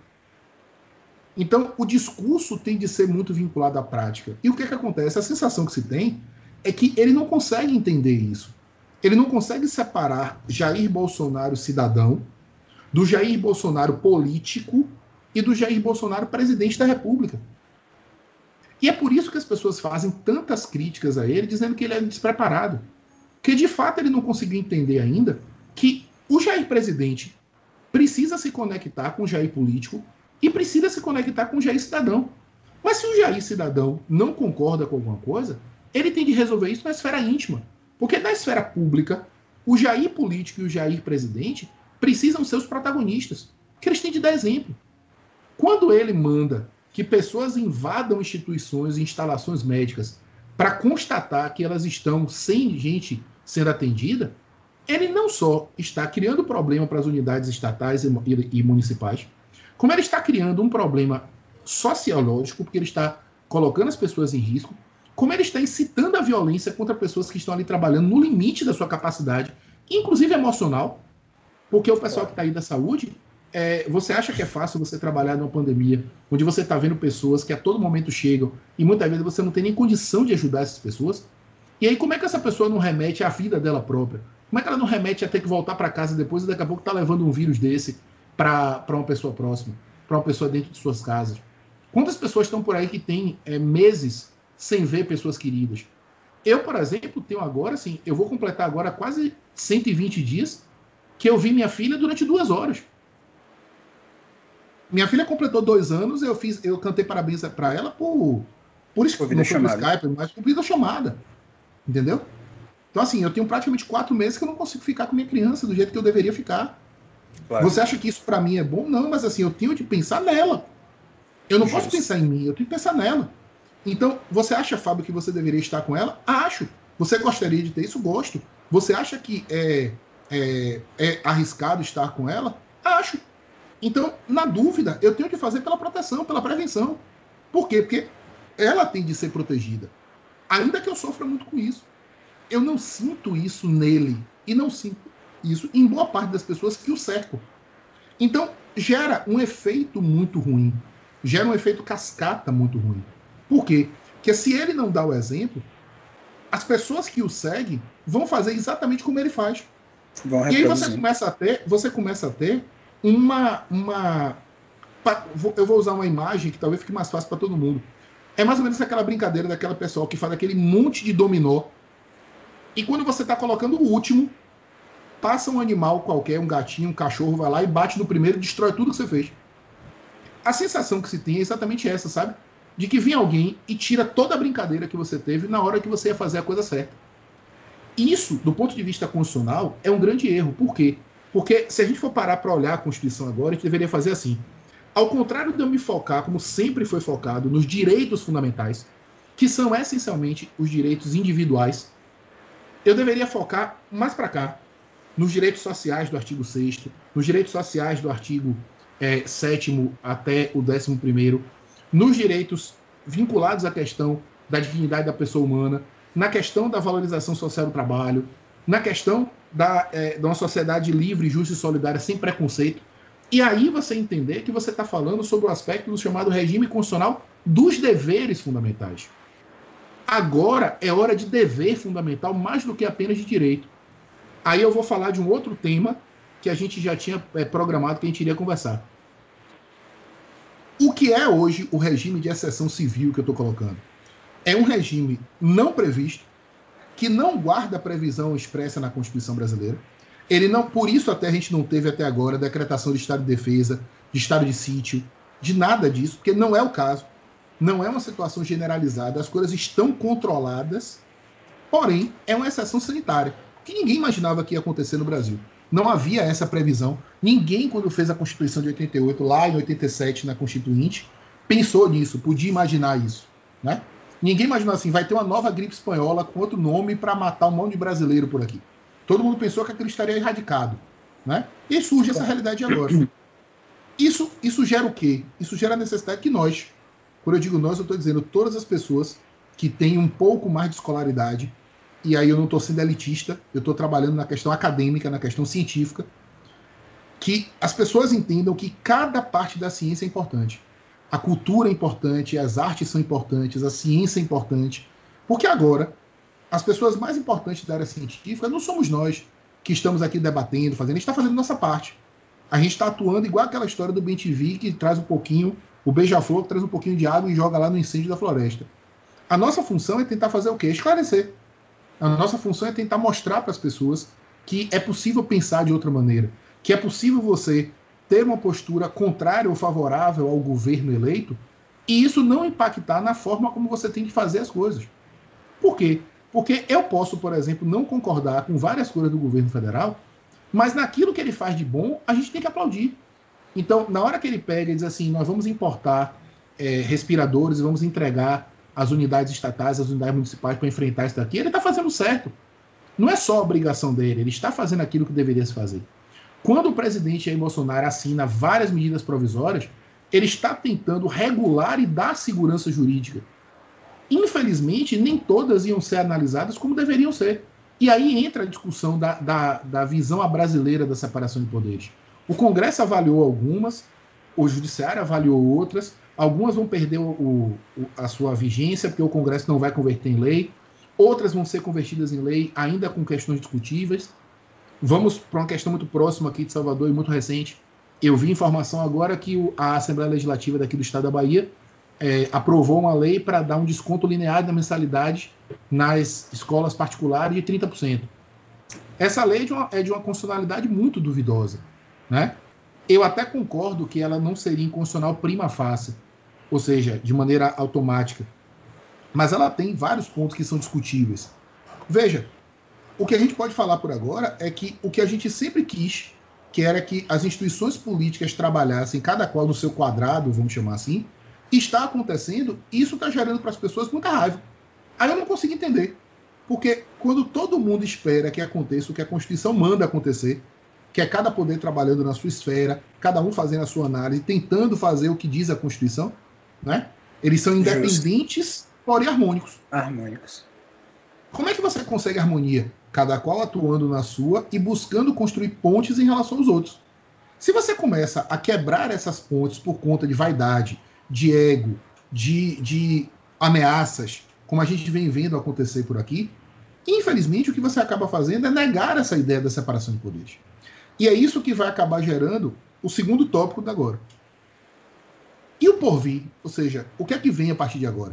Então, o discurso tem de ser muito vinculado à prática. E o que é que acontece? A sensação que se tem é que ele não consegue entender isso. Ele não consegue separar Jair Bolsonaro cidadão do Jair Bolsonaro político e do Jair Bolsonaro presidente da República. E é por isso que as pessoas fazem tantas críticas a ele, dizendo que ele é despreparado. Porque, de fato, ele não conseguiu entender ainda que o Jair presidente precisa se conectar com o Jair político e precisa se conectar com o Jair cidadão. Mas se o Jair cidadão não concorda com alguma coisa, ele tem de resolver isso na esfera íntima. Porque na esfera pública, o Jair político e o Jair presidente precisam ser os protagonistas. Que eles têm de dar exemplo. Quando ele manda que pessoas invadam instituições e instalações médicas para constatar que elas estão sem gente sendo atendida, ele não só está criando problema para as unidades estatais e, e, e municipais, como ele está criando um problema sociológico, porque ele está colocando as pessoas em risco, como ele está incitando a violência contra pessoas que estão ali trabalhando no limite da sua capacidade, inclusive emocional, porque o pessoal que está aí da saúde, é, você acha que é fácil você trabalhar numa pandemia, onde você está vendo pessoas que a todo momento chegam, e muitas vezes você não tem nem condição de ajudar essas pessoas, e aí como é que essa pessoa não remete à vida dela própria? Como é que ela não remete a ter que voltar para casa depois e daqui a pouco está levando um vírus desse para uma pessoa próxima, para uma pessoa dentro de suas casas? Quantas pessoas estão por aí que têm é, meses sem ver pessoas queridas? Eu, por exemplo, tenho agora, assim, eu vou completar agora quase cento e vinte dias que eu vi minha filha durante duas horas. Minha filha completou dois anos, eu fiz, eu cantei parabéns para ela por, por, não foi por Skype, mas por videochamada. Entendeu? Então, assim, eu tenho praticamente quatro meses que eu não consigo ficar com minha criança do jeito que eu deveria ficar. Claro. Você acha que isso para mim é bom? Não, mas assim, eu tenho de pensar nela. Eu não Justo. posso pensar em mim, eu tenho que pensar nela. Então, você acha, Fábio, que você deveria estar com ela? Acho. Você gostaria de ter isso? Gosto. Você acha que é, é, é arriscado estar com ela? Acho. Então, na dúvida, eu tenho que fazer pela proteção, pela prevenção. Por quê? Porque ela tem de ser protegida. Ainda que eu sofra muito com isso. Eu não sinto isso nele. E não sinto isso em boa parte das pessoas que o cercam. Então, gera um efeito muito ruim. Gera um efeito cascata muito ruim. Por quê? Porque se ele não dá o exemplo, as pessoas que o seguem vão fazer exatamente como ele faz. Vão e aí você começa a ter, você começa a ter uma, uma... Eu vou usar uma imagem que talvez fique mais fácil para todo mundo. É mais ou menos aquela brincadeira daquela pessoa que faz aquele monte de dominó. E quando você está colocando o último, passa um animal qualquer, um gatinho, um cachorro, vai lá e bate no primeiro e destrói tudo que você fez. A sensação que se tem é exatamente essa, sabe? De que vem alguém e tira toda a brincadeira que você teve na hora que você ia fazer a coisa certa. Isso, do ponto de vista constitucional, é um grande erro. Por quê? Porque se a gente for parar para olhar a Constituição agora, a gente deveria fazer assim. Ao contrário de eu me focar, como sempre foi focado, nos direitos fundamentais, que são essencialmente os direitos individuais, eu deveria focar mais para cá, nos direitos sociais do artigo sexto, nos direitos sociais do artigo é, sétimo até o décimo primeiro, nos direitos vinculados à questão da dignidade da pessoa humana, na questão da valorização social do trabalho, na questão da, é, de uma sociedade livre, justa e solidária, sem preconceito. E aí você entender que você está falando sobre o aspecto do chamado regime constitucional dos deveres fundamentais. Agora é hora de dever fundamental mais do que apenas de direito. Aí eu vou falar de um outro tema que a gente já tinha é, programado que a gente iria conversar. O que é hoje o regime de exceção civil que eu estou colocando? é um regime não previsto, que não guarda previsão expressa na Constituição brasileira. Ele não, por isso até a gente não teve até agora decretação de estado de defesa, de estado de sítio, de nada disso, porque não é o caso. Não é uma situação generalizada, as coisas estão controladas, porém é uma exceção sanitária, que ninguém imaginava que ia acontecer no Brasil. Não havia essa previsão. Ninguém, quando fez a Constituição de oitenta e oito, lá em oitenta e sete, na Constituinte, pensou nisso, podia imaginar isso, né? Ninguém imaginou assim, vai ter uma nova gripe espanhola com outro nome para matar um monte de brasileiro por aqui. Todo mundo pensou que aquilo estaria erradicado, né? E surge essa realidade agora. Isso, isso gera o quê? Isso gera a necessidade que nós, quando eu digo nós, eu estou dizendo todas as pessoas que têm um pouco mais de escolaridade, e aí eu não estou sendo elitista, eu estou trabalhando na questão acadêmica, na questão científica, que as pessoas entendam que cada parte da ciência é importante. A cultura é importante, as artes são importantes, a ciência é importante, porque agora as pessoas mais importantes da área científica não somos nós que estamos aqui debatendo, fazendo, a gente está fazendo nossa parte. A gente está atuando igual aquela história do bem-te-vi que traz um pouquinho, o beija-flor que traz um pouquinho de água e joga lá no incêndio da floresta. A nossa função é tentar fazer o quê? Esclarecer. A nossa função é tentar mostrar para as pessoas que é possível pensar de outra maneira, que é possível você ter uma postura contrária ou favorável ao governo eleito e isso não impactar na forma como você tem que fazer as coisas. Por quê? Porque eu posso, por exemplo, não concordar com várias coisas do governo federal, mas naquilo que ele faz de bom, a gente tem que aplaudir. Então, na hora que ele pega e diz assim, nós vamos importar é, respiradores e vamos entregar às unidades estatais, às unidades municipais para enfrentar isso daqui, ele está fazendo certo. Não é só a obrigação dele, ele está fazendo aquilo que deveria se fazer. Quando o presidente Jair Bolsonaro assina várias medidas provisórias, ele está tentando regular e dar segurança jurídica. Infelizmente, nem todas iam ser analisadas como deveriam ser. E aí entra a discussão da, da, da visão brasileira da separação de poderes. O Congresso avaliou algumas, o Judiciário avaliou outras, algumas vão perder o, o, a sua vigência, porque o Congresso não vai converter em lei, outras vão ser convertidas em lei ainda com questões discutíveis. Vamos para uma questão muito próxima aqui de Salvador e muito recente. Eu vi informação agora que a Assembleia Legislativa daqui do estado da Bahia é, aprovou uma lei para dar um desconto linear da mensalidade nas escolas particulares de trinta por cento. Essa lei é de uma, é de uma constitucionalidade muito duvidosa, né? Eu até concordo que ela não seria inconstitucional prima facie, ou seja, de maneira automática, mas ela tem vários pontos que são discutíveis. Veja, o que a gente pode falar por agora é que o que a gente sempre quis, que era que as instituições políticas trabalhassem cada qual no seu quadrado, vamos chamar assim, está acontecendo e isso está gerando para as pessoas muita raiva. Aí eu não consigo entender. Porque quando todo mundo espera que aconteça o que a Constituição manda acontecer, que é cada poder trabalhando na sua esfera, cada um fazendo a sua análise, tentando fazer o que diz a Constituição, né? Eles são independentes, Justo. porém harmônicos. Harmônicos. Como é que você consegue harmonia? Cada qual atuando na sua e buscando construir pontes em relação aos outros. Se você começa a quebrar essas pontes por conta de vaidade, de ego, de, de ameaças, como a gente vem vendo acontecer por aqui, infelizmente o que você acaba fazendo é negar essa ideia da separação de poderes. E é isso que vai acabar gerando o segundo tópico de agora. E o porvir? Ou seja, o que é que vem a partir de agora?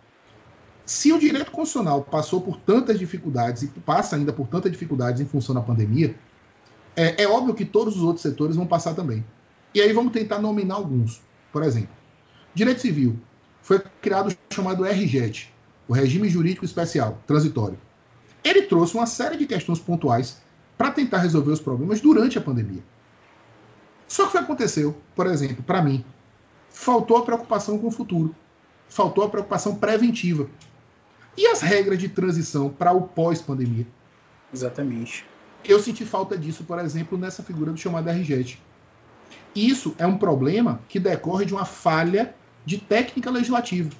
Se o direito constitucional passou por tantas dificuldades e passa ainda por tantas dificuldades em função da pandemia, é, é óbvio que todos os outros setores vão passar também. E aí vamos tentar nominar alguns. Por exemplo, direito civil. Foi criado o chamado R J E T, o Regime Jurídico Especial, transitório. Ele trouxe uma série de questões pontuais para tentar resolver os problemas durante a pandemia. Só que o que aconteceu, por exemplo, para mim, faltou a preocupação com o futuro. Faltou a preocupação preventiva. E as regras de transição para o pós-pandemia? Exatamente. Eu senti falta disso, por exemplo, nessa figura do chamado R J E T. Isso é um problema que decorre de uma falha de técnica legislativa.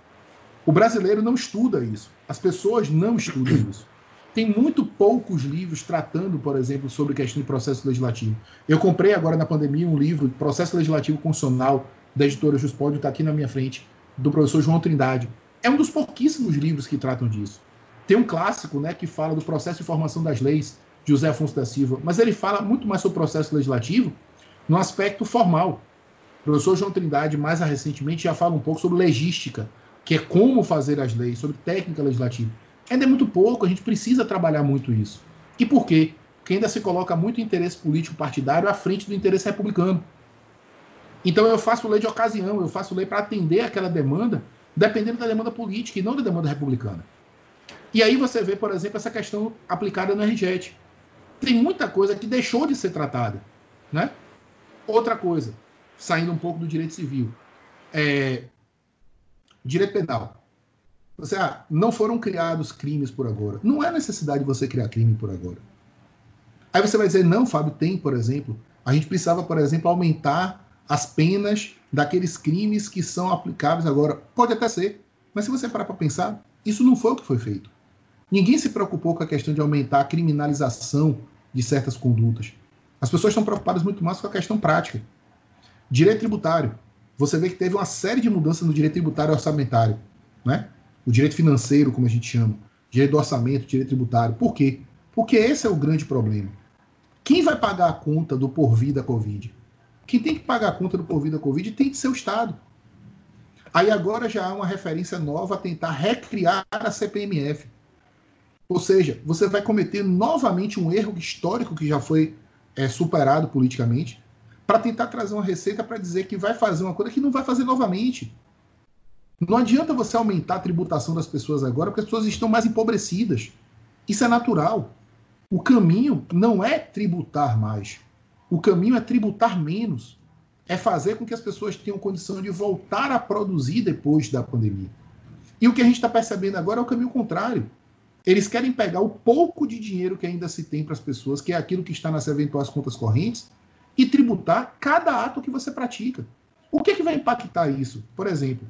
O brasileiro não estuda isso. As pessoas não estudam isso. Tem muito poucos livros tratando, por exemplo, sobre questão de processo legislativo. Eu comprei agora na pandemia um livro, Processo Legislativo Constitucional, da editora Juspódio, está aqui na minha frente, do professor João Trindade. É um dos pouquíssimos livros que tratam disso. Tem um clássico, né, que fala do processo de formação das leis, de José Afonso da Silva, mas ele fala muito mais sobre o processo legislativo no aspecto formal. O professor João Trindade, mais recentemente, já fala um pouco sobre legística, que é como fazer as leis, sobre técnica legislativa. Ainda é muito pouco, a gente precisa trabalhar muito isso. E por quê? Porque ainda se coloca muito interesse político partidário à frente do interesse republicano. Então eu faço lei de ocasião, eu faço lei para atender aquela demanda, dependendo da demanda política e não da demanda republicana. E aí você vê, por exemplo, essa questão aplicada no R J E T. Tem muita coisa que deixou de ser tratada, né? Outra coisa, saindo um pouco do direito civil, é, direito penal. Você, ah, não foram criados crimes por agora. Não é necessidade de você criar crime por agora. Aí você vai dizer, não, Fábio, tem, por exemplo, a gente precisava, por exemplo, aumentar as penas daqueles crimes que são aplicáveis agora. Pode até ser, mas se você parar para pensar, isso não foi o que foi feito. Ninguém se preocupou com a questão de aumentar a criminalização de certas condutas. As pessoas estão preocupadas muito mais com a questão prática. Direito tributário. Você vê que teve uma série de mudanças no direito tributário orçamentário, né? O direito financeiro, como a gente chama, direito do orçamento, direito tributário. Por quê? Porque esse é o grande problema. Quem vai pagar a conta do porvir da Covid? Quem tem que pagar a conta do porvir da Covid tem que ser o Estado. Aí agora já há uma referência nova a tentar recriar a C P M F. Ou seja, você vai cometer novamente um erro histórico que já foi é, superado politicamente, para tentar trazer uma receita para dizer que vai fazer uma coisa que não vai fazer novamente. Não adianta você aumentar a tributação das pessoas agora, porque as pessoas estão mais empobrecidas. Isso é natural. O caminho não é tributar mais. O caminho é tributar menos. É fazer com que as pessoas tenham condição de voltar a produzir depois da pandemia. E o que a gente está percebendo agora é o caminho contrário. Eles querem pegar o pouco de dinheiro que ainda se tem para as pessoas, que é aquilo que está nas eventuais contas correntes, e tributar cada ato que você pratica. O que, que vai impactar isso? Por exemplo,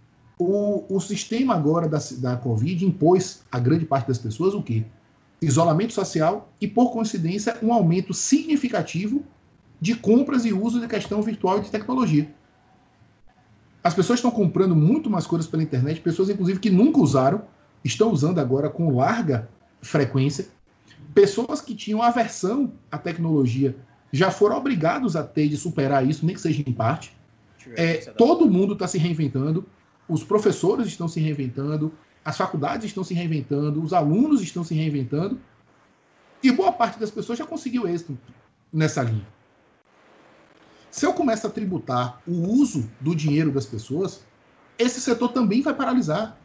o, o sistema agora da, da Covid impôs a grande parte das pessoas o quê? Isolamento social e, por coincidência, um aumento significativo de compras e uso de questão virtual e de tecnologia. As pessoas estão comprando muito mais coisas pela internet, pessoas, inclusive, que nunca usaram, estão usando agora com larga frequência. Pessoas que tinham aversão à tecnologia já foram obrigados a ter de superar isso, nem que seja em parte. É, todo mundo está se reinventando, os professores estão se reinventando, as faculdades estão se reinventando, os alunos estão se reinventando, e boa parte das pessoas já conseguiu êxito nessa linha. Se eu começo a tributar o uso do dinheiro das pessoas, esse setor também vai paralisar.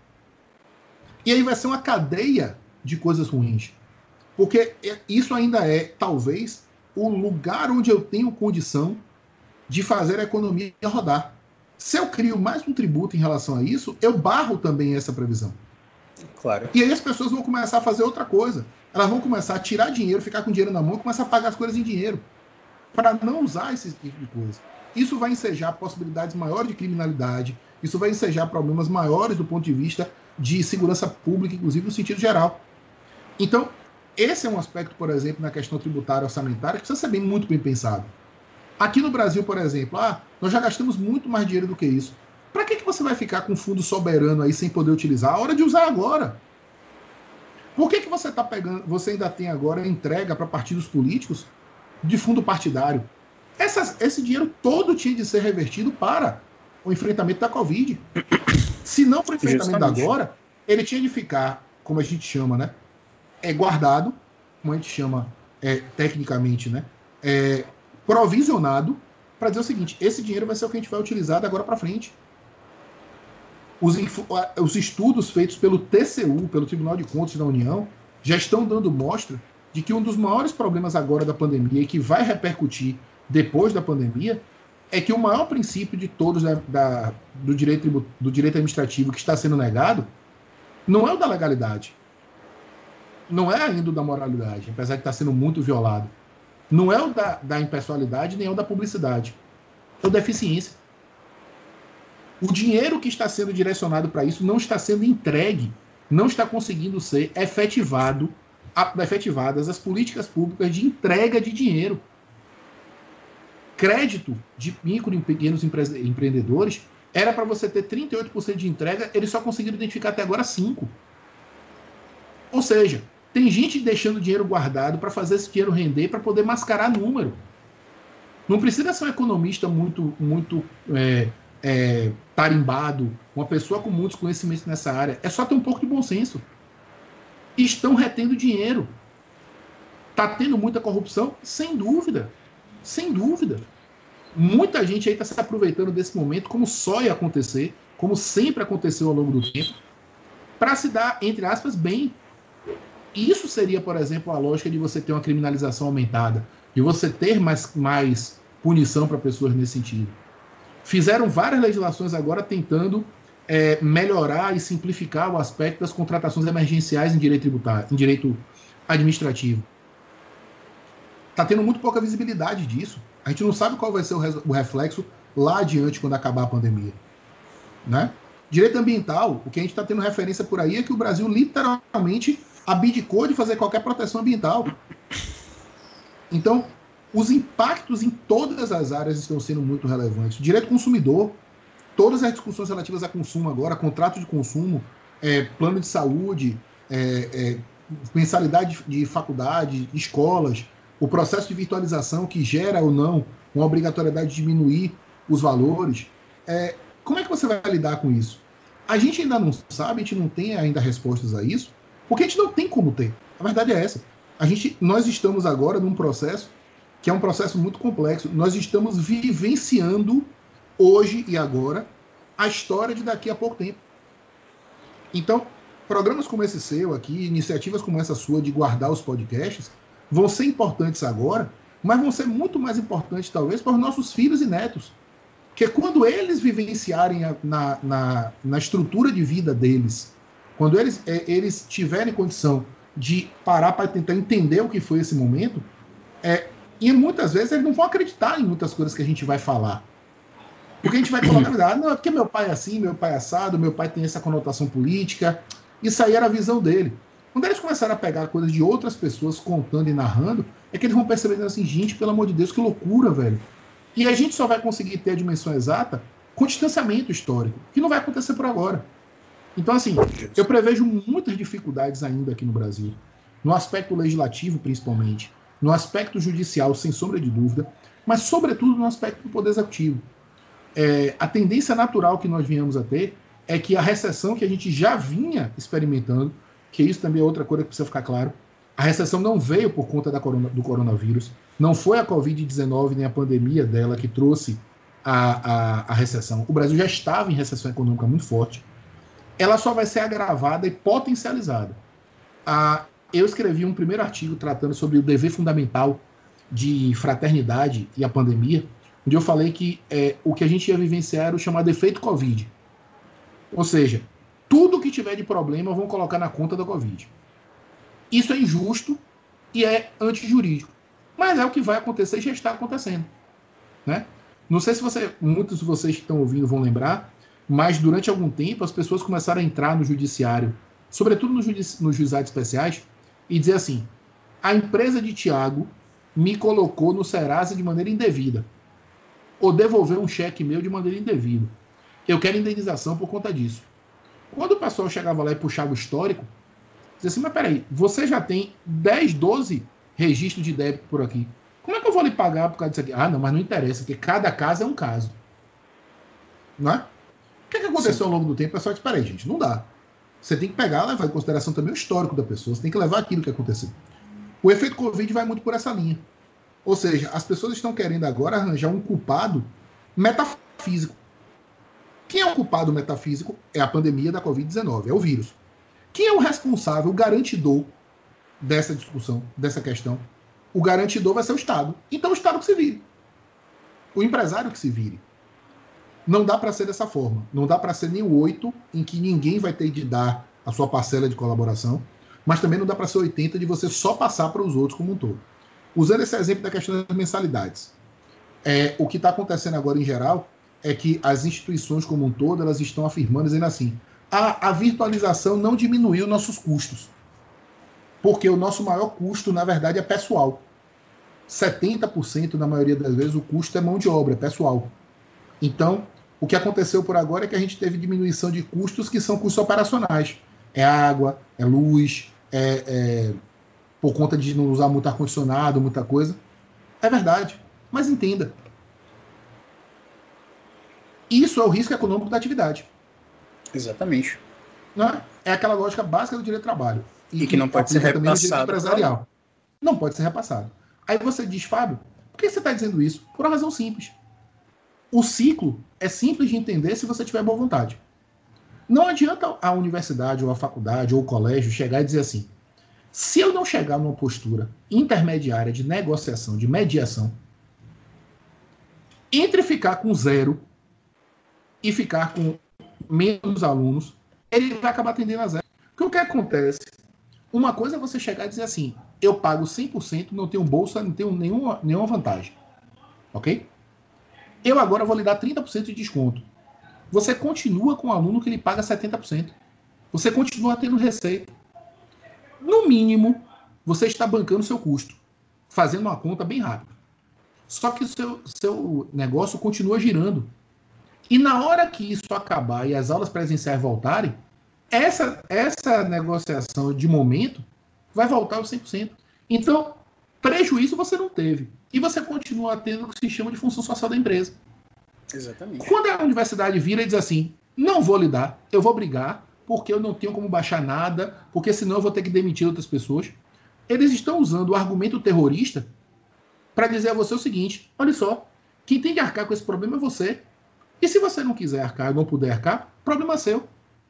E aí vai ser uma cadeia de coisas ruins. Porque isso ainda é, talvez, o lugar onde eu tenho condição de fazer a economia rodar. Se eu crio mais um tributo em relação a isso, eu barro também essa previsão. Claro. E aí as pessoas vão começar a fazer outra coisa. Elas vão começar a tirar dinheiro, ficar com dinheiro na mão e começar a pagar as coisas em dinheiro. Para não usar esse tipo de coisa. Isso vai ensejar possibilidades maiores de criminalidade, isso vai ensejar problemas maiores do ponto de vista de segurança pública, inclusive no sentido geral. Então, esse é um aspecto, por exemplo, na questão tributária orçamentária, que precisa ser bem, muito bem pensado. Aqui no Brasil, por exemplo, ah, nós já gastamos muito mais dinheiro do que isso. Para que, que você vai ficar com fundo soberano aí sem poder utilizar? A hora de usar agora. Por que, que você tá pegando, você ainda tem agora entrega para partidos políticos de fundo partidário? Essas, esse dinheiro todo tinha de ser revertido para o enfrentamento da Covid. Se não para o enfrentamento da agora, ele tinha de ficar, como a gente chama, né, é guardado, como a gente chama é, tecnicamente, né, é, provisionado, para dizer o seguinte: esse dinheiro vai ser o que a gente vai utilizar da agora para frente. Os, os estudos feitos pelo T C U, pelo Tribunal de Contas da União, já estão dando mostra de que um dos maiores problemas agora da pandemia e que vai repercutir depois da pandemia é que o maior princípio de todos da, da, do, direito, do direito administrativo que está sendo negado não é o da legalidade, não é ainda o da moralidade, apesar de estar sendo muito violado, não é o da, da impessoalidade nem é o da publicidade, é o da eficiência. O dinheiro que está sendo direcionado para isso não está sendo entregue, não está conseguindo ser efetivado, efetivadas as políticas públicas de entrega de dinheiro. Crédito de micro e pequenos empre- empreendedores era para você ter trinta e oito por cento de entrega, eles só conseguiram identificar até agora cinco por cento. Ou seja, tem gente deixando dinheiro guardado para fazer esse dinheiro render, para poder mascarar número. Não precisa ser um economista muito, muito é, é, tarimbado, uma pessoa com muitos conhecimentos nessa área. É só ter um pouco de bom senso. Estão retendo dinheiro. Está tendo muita corrupção? Sem dúvida. Sem dúvida. Muita gente aí está se aproveitando desse momento, como só ia acontecer, como sempre aconteceu ao longo do tempo, para se dar, entre aspas, bem. Isso seria, por exemplo, a lógica de você ter uma criminalização aumentada, de você ter mais, mais punição para pessoas nesse sentido. Fizeram várias legislações agora tentando é, melhorar e simplificar o aspecto das contratações emergenciais em direito tributário, em direito administrativo. Está tendo muito pouca visibilidade disso. A gente não sabe qual vai ser o reflexo lá adiante quando acabar a pandemia. Né? Direito ambiental, o que a gente está tendo referência por aí é que o Brasil literalmente abdicou de fazer qualquer proteção ambiental. Então, os impactos em todas as áreas estão sendo muito relevantes. Direito consumidor, todas as discussões relativas a consumo agora, contrato de consumo, é, plano de saúde, é, é, mensalidade de faculdade, de escolas, o processo de virtualização que gera ou não uma obrigatoriedade de diminuir os valores. É, como é que você vai lidar com isso? A gente ainda não sabe, a gente não tem ainda respostas a isso, porque a gente não tem como ter. A verdade é essa. A gente, nós estamos agora num processo que é um processo muito complexo. Nós estamos vivenciando hoje e agora a história de daqui a pouco tempo. Então, programas como esse seu aqui, iniciativas como essa sua de guardar os podcasts, vão ser importantes agora, mas vão ser muito mais importantes, talvez, para os nossos filhos e netos. Porque quando eles vivenciarem a, na, na, na estrutura de vida deles, quando eles, é, eles tiverem condição de parar para tentar entender o que foi esse momento, é, e muitas vezes eles não vão acreditar em muitas coisas que a gente vai falar. Porque a gente vai colocar, ah, não, é porque meu pai é assim, meu pai é assado, meu pai tem essa conotação política. Isso aí era a visão dele. Quando eles começaram a pegar coisas de outras pessoas contando e narrando, é que eles vão percebendo assim, gente, pelo amor de Deus, que loucura, velho. E a gente só vai conseguir ter a dimensão exata com distanciamento histórico, que não vai acontecer por agora. Então, assim, eu prevejo muitas dificuldades ainda aqui no Brasil, no aspecto legislativo, principalmente, no aspecto judicial, sem sombra de dúvida, mas, sobretudo, no aspecto do poder executivo. É, a tendência natural que nós viemos a ter é que a recessão que a gente já vinha experimentando, que isso também é outra coisa que precisa ficar claro, a recessão não veio por conta da corona, do coronavírus, não foi a covid dezenove nem a pandemia dela que trouxe a, a, a recessão. O Brasil já estava em recessão econômica muito forte. Ela só vai ser agravada e potencializada. Ah, eu escrevi um primeiro artigo tratando sobre o dever fundamental de fraternidade e a pandemia, onde eu falei que é, o que a gente ia vivenciar era o chamado efeito Covid. Ou seja, tudo que tiver de problema vão colocar na conta da Covid. Isso é injusto e é antijurídico. Mas é o que vai acontecer e já está acontecendo. Né? Não sei se você, muitos de vocês que estão ouvindo vão lembrar, mas durante algum tempo as pessoas começaram a entrar no judiciário, sobretudo nos juiz, no juizados especiais, e dizer assim, a empresa de Tiago me colocou no Serasa de maneira indevida, ou devolveu um cheque meu de maneira indevida. Eu quero indenização por conta disso. Quando o pessoal chegava lá e puxava o histórico, dizia assim, mas peraí, você já tem dez, doze registros de débito por aqui. Como é que eu vou lhe pagar por causa disso aqui? Ah, não, mas não interessa, porque cada caso é um caso. Não é? O que, é que aconteceu Sim. ao longo do tempo? O pessoal disse, peraí, gente, não dá. Você tem que pegar, levar em consideração também o histórico da pessoa, você tem que levar aquilo que aconteceu. O efeito Covid vai muito por essa linha. Ou seja, as pessoas estão querendo agora arranjar um culpado metafísico. Quem é o culpado metafísico? É a pandemia da covid dezenove, é o vírus. Quem é o responsável, o garantidor dessa discussão, dessa questão? O garantidor vai ser o Estado. Então o Estado que se vire. O empresário que se vire. Não dá para ser dessa forma. Não dá para ser nem o oito, em que ninguém vai ter de dar a sua parcela de colaboração, mas também não dá para ser oitenta de você só passar para os outros como um todo. Usando esse exemplo da questão das mensalidades. É, o que está acontecendo agora em geral é que as instituições como um todo elas estão afirmando, dizendo assim, a, a virtualização não diminuiu nossos custos. Porque o nosso maior custo, na verdade, é pessoal. setenta por cento, na maioria das vezes, o custo é mão de obra, é pessoal. Então, o que aconteceu por agora é que a gente teve diminuição de custos que são custos operacionais. É água, é luz, é, é por conta de não usar muito ar-condicionado, muita coisa. É verdade, mas entenda. Isso é o risco econômico da atividade. Exatamente. Não é? É aquela lógica básica do direito do trabalho. E, e que, que não pode ser também no direito repassado. empresarial. Não pode ser repassado. Aí você diz, Fábio, por que você está dizendo isso? Por uma razão simples. O ciclo é simples de entender se você tiver boa vontade. Não adianta a universidade, ou a faculdade, ou o colégio chegar e dizer assim, se eu não chegar numa postura intermediária de negociação, de mediação, entre ficar com zero e ficar com menos alunos, ele vai acabar tendendo a zero. Porque o que acontece? Uma coisa é você chegar e dizer assim, eu pago cem por cento, não tenho bolsa, não tenho nenhuma, nenhuma vantagem. Ok? Eu agora vou lhe dar trinta por cento de desconto. Você continua com o aluno que ele paga setenta por cento. Você continua tendo receita. No mínimo, você está bancando o seu custo, fazendo uma conta bem rápida. Só que o seu, seu negócio continua girando. E na hora que isso acabar e as aulas presenciais voltarem, essa, essa negociação de momento vai voltar aos cem por cento. Então, prejuízo você não teve. E você continua tendo o que se chama de função social da empresa. Exatamente. Quando a universidade vira e diz assim, não vou lidar, eu vou brigar, porque eu não tenho como baixar nada, porque senão eu vou ter que demitir outras pessoas, eles estão usando o argumento terrorista para dizer a você o seguinte, olha só, quem tem que arcar com esse problema é você. E se você não quiser arcar, não puder arcar, problema seu.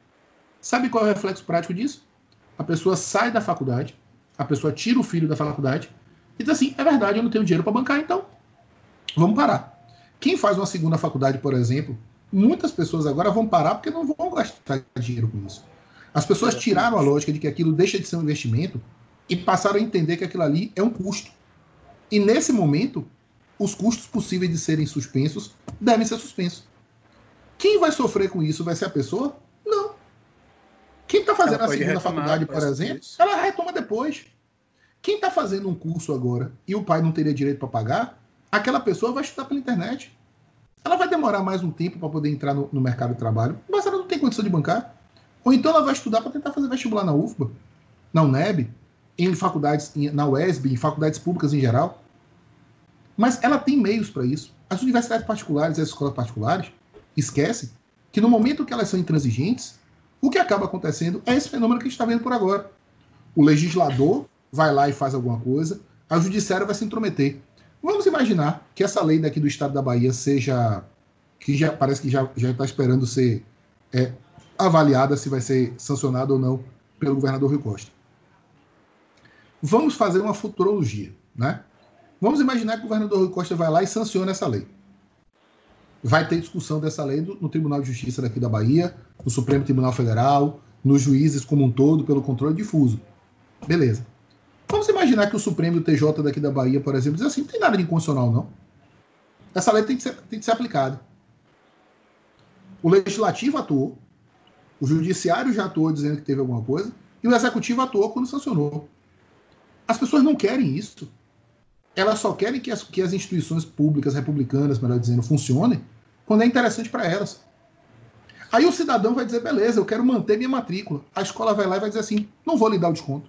Sabe qual é o reflexo prático disso? A pessoa sai da faculdade, a pessoa tira o filho da faculdade e diz assim, é verdade, eu não tenho dinheiro para bancar, então vamos parar. Quem faz uma segunda faculdade, por exemplo, muitas pessoas agora vão parar porque não vão gastar dinheiro com isso. As pessoas tiraram a lógica de que aquilo deixa de ser um investimento e passaram a entender que aquilo ali é um custo. E nesse momento, os custos possíveis de serem suspensos devem ser suspensos. Quem vai sofrer com isso vai ser a pessoa? Não. Quem está fazendo a segunda retomar, faculdade, por exemplo, isso. ela retoma depois. Quem está fazendo um curso agora e o pai não teria direito para pagar, aquela pessoa vai estudar pela internet. Ela vai demorar mais um tempo para poder entrar no, no mercado de trabalho, mas ela não tem condição de bancar. Ou então ela vai estudar para tentar fazer vestibular na U F B A, na UNEB, em faculdades, na U E S B, em faculdades públicas em geral. Mas ela tem meios para isso. As universidades particulares e as escolas particulares esquecem que no momento que elas são intransigentes, o que acaba acontecendo é esse fenômeno que a gente está vendo por agora. O legislador vai lá e faz alguma coisa, a judiciária vai se intrometer. Vamos imaginar que essa lei daqui do estado da Bahia seja, que já parece que já já está esperando ser é, avaliada se vai ser sancionada ou não pelo governador Rui Costa. Vamos fazer uma futurologia, né? Vamos imaginar que o governador Rui Costa vai lá e sanciona essa lei. Vai ter discussão dessa lei no Tribunal de Justiça daqui da Bahia, no Supremo Tribunal Federal, nos juízes como um todo, pelo controle difuso. Beleza. Vamos imaginar que o Supremo e o T J daqui da Bahia, por exemplo, diz assim, não tem nada de inconstitucional, não. Essa lei tem que ser, tem que ser aplicada. O Legislativo atuou, o Judiciário já atuou dizendo que teve alguma coisa, e o Executivo atuou quando sancionou. As pessoas não querem isso. Elas só querem que as, que as instituições públicas, republicanas, melhor dizendo, funcionem quando é interessante para elas. Aí o cidadão vai dizer, beleza, eu quero manter minha matrícula. A escola vai lá e vai dizer assim, não vou lhe dar o desconto.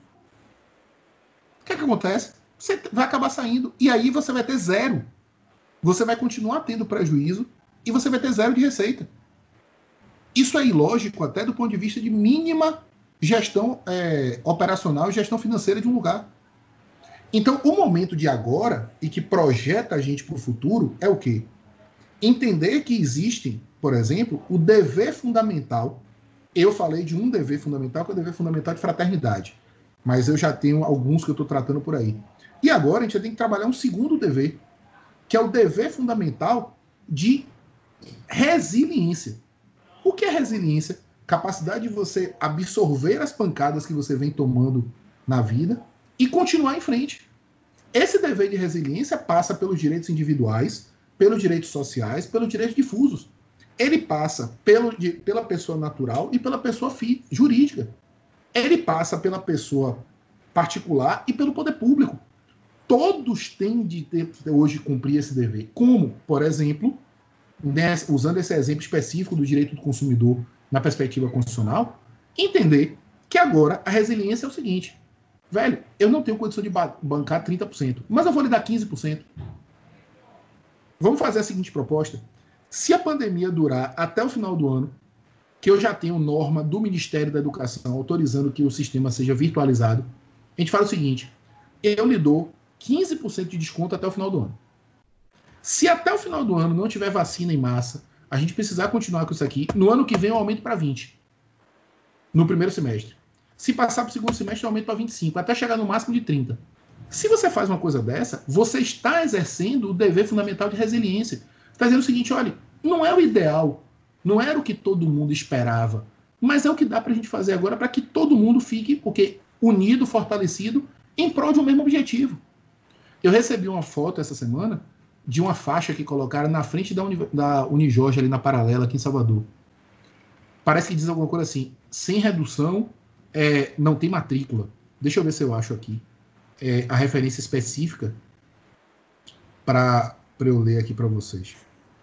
O que é que acontece? Você vai acabar saindo. E aí você vai ter zero. Você vai continuar tendo prejuízo e você vai ter zero de receita. Isso é ilógico até do ponto de vista de mínima gestão é, operacional e gestão financeira de um lugar. Então, o momento de agora e que projeta a gente para o futuro é o quê? Entender que existem, por exemplo, o dever fundamental. Eu falei de um dever fundamental, que é o dever fundamental de fraternidade. Mas eu já tenho alguns que eu estou tratando por aí. E agora a gente tem que trabalhar um segundo dever, que é o dever fundamental de resiliência. O que é resiliência? Capacidade de você absorver as pancadas que você vem tomando na vida e continuar em frente. Esse dever de resiliência passa pelos direitos individuais, pelos direitos sociais, pelos direitos difusos. Ele passa pelo, de, pela pessoa natural e pela pessoa fi, jurídica. Ele passa pela pessoa particular e pelo poder público. Todos têm de ter, hoje cumprir esse dever. Como, por exemplo, nessa, usando esse exemplo específico do direito do consumidor na perspectiva constitucional, entender que agora a resiliência é o seguinte, velho, eu não tenho condição de bancar trinta por cento, mas eu vou lhe dar quinze por cento. Vamos fazer a seguinte proposta. Se a pandemia durar até o final do ano, que eu já tenho norma do Ministério da Educação autorizando que o sistema seja virtualizado, a gente fala o seguinte, eu lhe dou quinze por cento de desconto até o final do ano. Se até o final do ano não tiver vacina em massa, a gente precisar continuar com isso aqui, no ano que vem eu aumento para vinte. No primeiro semestre. Se passar para o segundo semestre, eu aumento para vinte e cinco, até chegar no máximo de trinta. Se você faz uma coisa dessa, você está exercendo o dever fundamental de resiliência. Está dizendo o seguinte, olha, não é o ideal, não era o que todo mundo esperava, mas é o que dá para a gente fazer agora para que todo mundo fique, porque unido, fortalecido, em prol de um mesmo objetivo. Eu recebi uma foto essa semana de uma faixa que colocaram na frente da, Uni, da Unijorge, ali na Paralela, aqui em Salvador. Parece que diz alguma coisa assim, sem redução, é, não tem matrícula. Deixa eu ver se eu acho aqui é, a referência específica para eu ler aqui para vocês.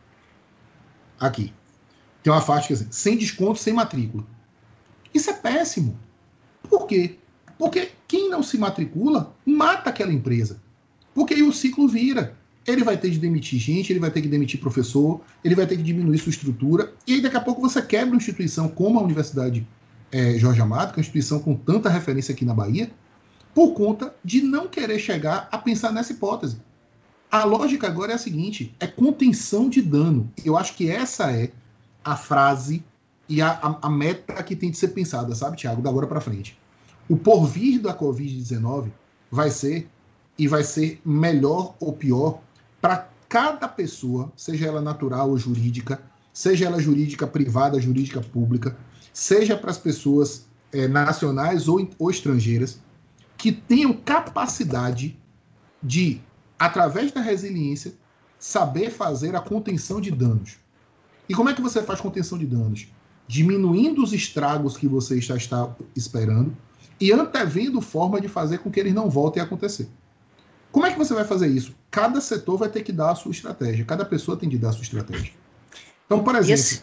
Aqui. Tem uma faixa que é assim, sem desconto, sem matrícula. Isso é péssimo. Por quê? Porque quem não se matricula, mata aquela empresa. Porque aí o ciclo vira. Ele vai ter de demitir gente, ele vai ter que demitir professor, ele vai ter que diminuir sua estrutura, e aí daqui a pouco você quebra uma instituição como a Universidade é, Jorge Amado, que é uma instituição com tanta referência aqui na Bahia, por conta de não querer chegar a pensar nessa hipótese. A lógica agora é a seguinte, é contenção de dano. Eu acho que essa é a frase e a, a, a meta que tem de ser pensada, sabe, Thiago, da agora para frente. O porvir da covid dezenove vai ser, e vai ser melhor ou pior, para cada pessoa, seja ela natural ou jurídica, seja ela jurídica privada, jurídica pública, seja para as pessoas é, nacionais ou, ou estrangeiras, que tenham capacidade de, através da resiliência, saber fazer a contenção de danos. E como é que você faz contenção de danos? Diminuindo os estragos que você já está esperando e antevendo forma de fazer com que eles não voltem a acontecer. Como é que você vai fazer isso? Cada setor vai ter que dar a sua estratégia. Cada pessoa tem que dar a sua estratégia. Então, por exemplo... E assim,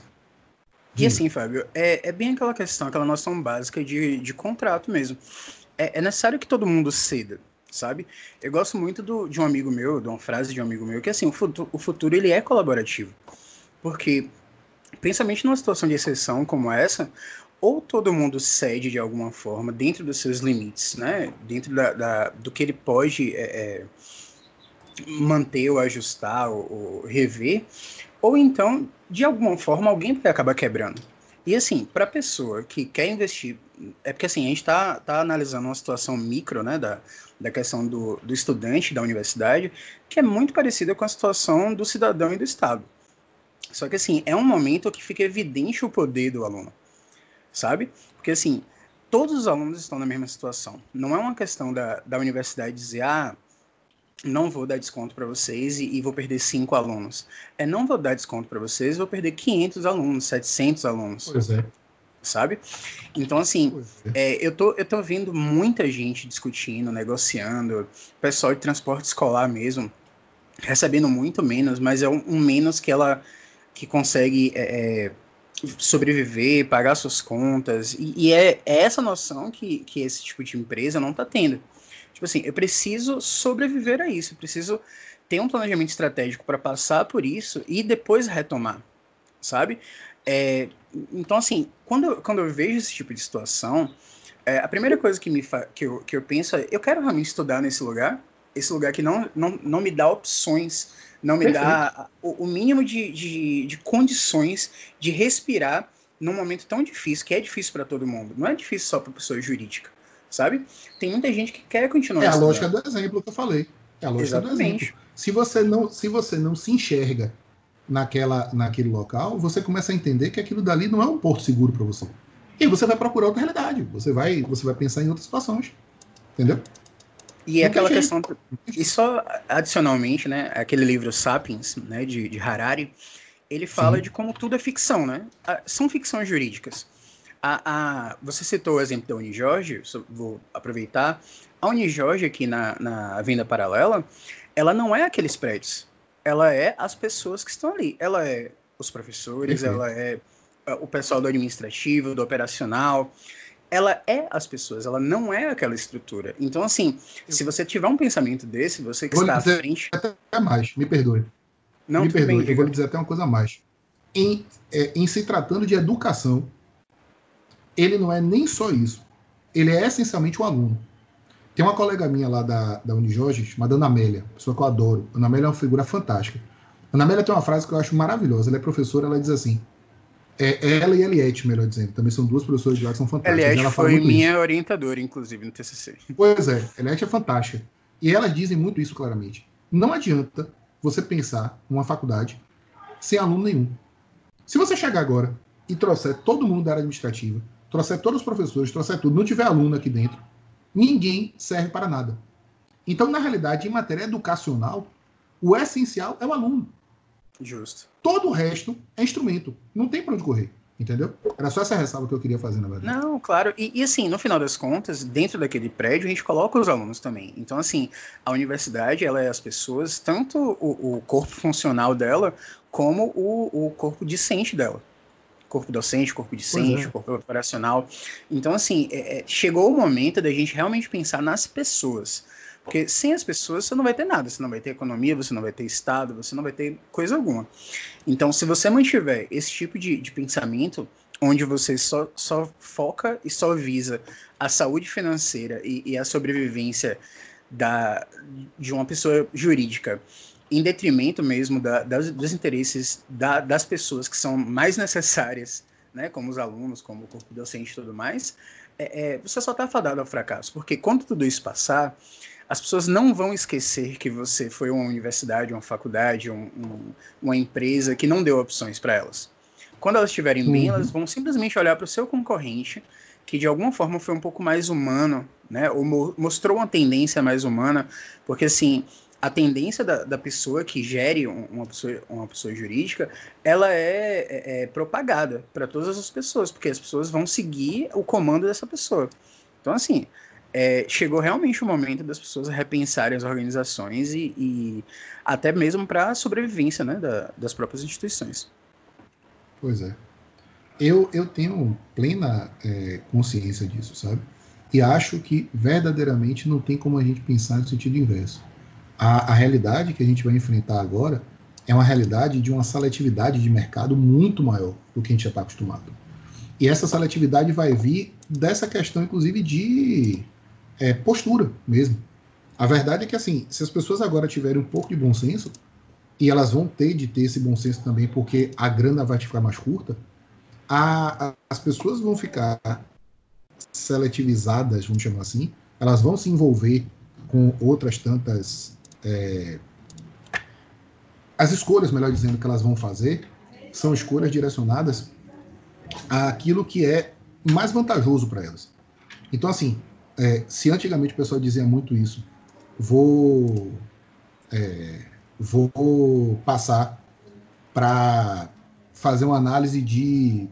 e assim Fábio, é, é bem aquela questão, aquela noção básica de, de contrato mesmo. É, é necessário que todo mundo ceda, sabe? Eu gosto muito do, de um amigo meu, de uma frase de um amigo meu, que assim, o futuro, o futuro ele é colaborativo. Porque, principalmente numa situação de exceção como essa, ou todo mundo cede de alguma forma dentro dos seus limites, né? Dentro da, da, do que ele pode é, é, manter ou ajustar ou, ou rever, ou então, de alguma forma, alguém vai acabar quebrando. E assim, para a pessoa que quer investir, é porque assim, a gente está tá analisando uma situação micro, né, da, da questão do, do estudante da universidade, que é muito parecida com a situação do cidadão e do Estado. Só que assim, é um momento que fica evidente o poder do aluno. Sabe? Porque, assim, todos os alunos estão na mesma situação. Não é uma questão da, da universidade dizer, ah, não vou dar desconto para vocês e, e vou perder cinco alunos. É, não vou dar desconto para vocês, vou perder quinhentos alunos, setecentos alunos. Pois é. Sabe? Então, assim, é. É, eu, tô, eu tô vendo muita gente discutindo, negociando, pessoal de transporte escolar mesmo, recebendo muito menos, mas é um, um menos que ela que consegue... É, sobreviver, pagar suas contas, e, e é, é essa noção que, que esse tipo de empresa não está tendo. Tipo assim, eu preciso sobreviver a isso, eu preciso ter um planejamento estratégico para passar por isso e depois retomar, sabe? É, então, assim, quando eu, quando eu vejo esse tipo de situação, é, a primeira coisa que, me fa- que, eu, que eu penso é, eu quero realmente estudar nesse lugar, esse lugar que não, não, não me dá opções, não me Perfeito. dá o, o mínimo de, de, de condições de respirar num momento tão difícil, que é difícil para todo mundo. Não é difícil só para pessoa jurídica, sabe? Tem muita gente que quer continuar É a estudando. lógica do exemplo que eu falei. É a lógica Exatamente. do exemplo. Se você não, se você não se enxerga naquela, naquele local, você começa a entender que aquilo dali não é um porto seguro para você. E você vai procurar outra realidade. Você vai, você vai pensar em outras situações. Entendeu? E é aquela questão, e só adicionalmente, né, aquele livro Sapiens, né, de, de Harari, ele fala Sim. de como tudo é ficção, né? São ficções jurídicas. A, a, você citou o exemplo da Unijorge, vou aproveitar. A Unijorge aqui na, na Avenida Paralela, ela não é aqueles prédios. Ela é as pessoas que estão ali. Ela é os professores, Perfeito. ela é o pessoal do administrativo, do operacional. Ela é as pessoas, ela não é aquela estrutura. Então, assim, se você tiver um pensamento desse, você que vou está à dizer frente... até mais, me perdoe. Não, me perdoe, bem, eu vou lhe dizer até uma coisa a mais. em, é, em se tratando de educação, ele não é nem só isso. Ele é essencialmente um aluno. Tem uma colega minha lá da, da Unijorge, chamada Ana Amélia, pessoa que eu adoro. Ana Amélia é uma figura fantástica. Ana Amélia tem uma frase que eu acho maravilhosa. Ela é professora, ela diz assim, é, ela e Eliette, melhor dizendo, também são duas professoras de lá que são fantásticas. Eliette ela fala foi muito minha isso. orientadora, inclusive, no T C C. Pois é, Eliette é fantástica. E elas dizem muito isso claramente. Não adianta você pensar numa faculdade sem aluno nenhum. Se você chegar agora e trouxer todo mundo da área administrativa, trouxer todos os professores, trouxer tudo, não tiver aluno aqui dentro, ninguém serve para nada. Então, na realidade, em matéria educacional, o essencial é o aluno. Justo. Todo o resto é instrumento. Não tem para onde correr. Entendeu? Era só essa ressalva que eu queria fazer, na verdade. Não, claro. E, e assim, no final das contas, dentro daquele prédio, a gente coloca os alunos também. Então, assim, a universidade, ela é as pessoas, tanto o, o corpo funcional dela, como o, o corpo discente dela. Corpo docente, corpo discente, é. corpo operacional. Então, assim, é, é, chegou o momento da gente realmente pensar nas pessoas. Porque sem as pessoas você não vai ter nada. Você não vai ter economia, você não vai ter Estado, você não vai ter coisa alguma. Então, se você mantiver esse tipo de, de pensamento, onde você só, só foca e só visa a saúde financeira e, e a sobrevivência da, de uma pessoa jurídica, em detrimento mesmo da, das, dos interesses da, das pessoas que são mais necessárias, né, como os alunos, como o corpo docente e tudo mais, é, é, você só está fadado ao fracasso. Porque quando tudo isso passar, as pessoas não vão esquecer que você foi uma universidade, uma faculdade, um, um, uma empresa que não deu opções para elas. Quando elas estiverem bem, uhum. elas vão simplesmente olhar para o seu concorrente, que de alguma forma foi um pouco mais humano, né, ou mo- mostrou uma tendência mais humana, porque assim, a tendência da, da pessoa que gere uma pessoa, uma pessoa jurídica, ela é, é, é propagada para todas as pessoas, porque as pessoas vão seguir o comando dessa pessoa. Então, assim, é, chegou realmente o momento das pessoas repensarem as organizações e, e até mesmo para a sobrevivência, né, da, das próprias instituições. Pois é. Eu, eu tenho plena é, consciência disso, sabe? E acho que verdadeiramente não tem como a gente pensar no sentido inverso. A, a realidade que a gente vai enfrentar agora é uma realidade de uma seletividade de mercado muito maior do que a gente já está acostumado. E essa seletividade vai vir dessa questão, inclusive, de é, postura mesmo. A verdade é que, assim, se as pessoas agora tiverem um pouco de bom senso, e elas vão ter de ter esse bom senso também, porque a grana vai ficar mais curta, a, a, as pessoas vão ficar seletivizadas, vamos chamar assim, elas vão se envolver com outras tantas... É, as escolhas, melhor dizendo, que elas vão fazer são escolhas direcionadas àquilo que é mais vantajoso para elas. Então, assim, é, se antigamente o pessoal dizia muito isso, vou, é, vou passar para fazer uma análise de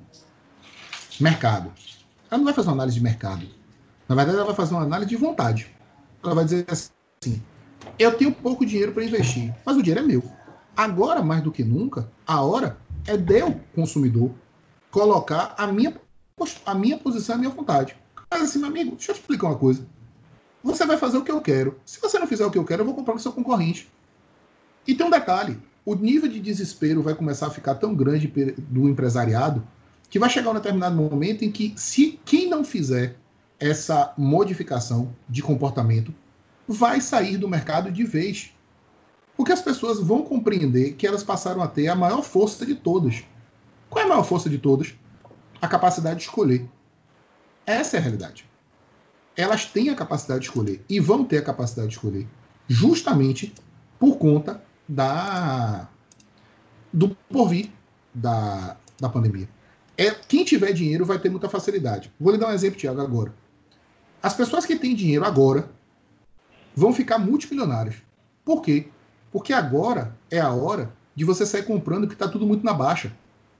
mercado. Ela não vai fazer uma análise de mercado. Na verdade, ela vai fazer uma análise de vontade. Ela vai dizer assim, eu tenho pouco dinheiro para investir, mas o dinheiro é meu. Agora, mais do que nunca, a hora é de eu, consumidor, colocar a minha, a minha posição, a minha vontade. Mas assim, meu amigo, deixa eu te explicar uma coisa. Você vai fazer o que eu quero. Se você não fizer o que eu quero, eu vou comprar com o seu concorrente. E tem um detalhe. O nível de desespero vai começar a ficar tão grande do empresariado que vai chegar um determinado momento em que, se quem não fizer essa modificação de comportamento, vai sair do mercado de vez. Porque as pessoas vão compreender que elas passaram a ter a maior força de todas. Qual é a maior força de todas? A capacidade de escolher. Essa é a realidade. Elas têm a capacidade de escolher e vão ter a capacidade de escolher justamente por conta da, do porvir da, da pandemia. É, quem tiver dinheiro vai ter muita facilidade. Vou lhe dar um exemplo, Thiago, agora. As pessoas que têm dinheiro agora vão ficar multimilionárias. Por quê? Porque agora é a hora de você sair comprando que está tudo muito na baixa.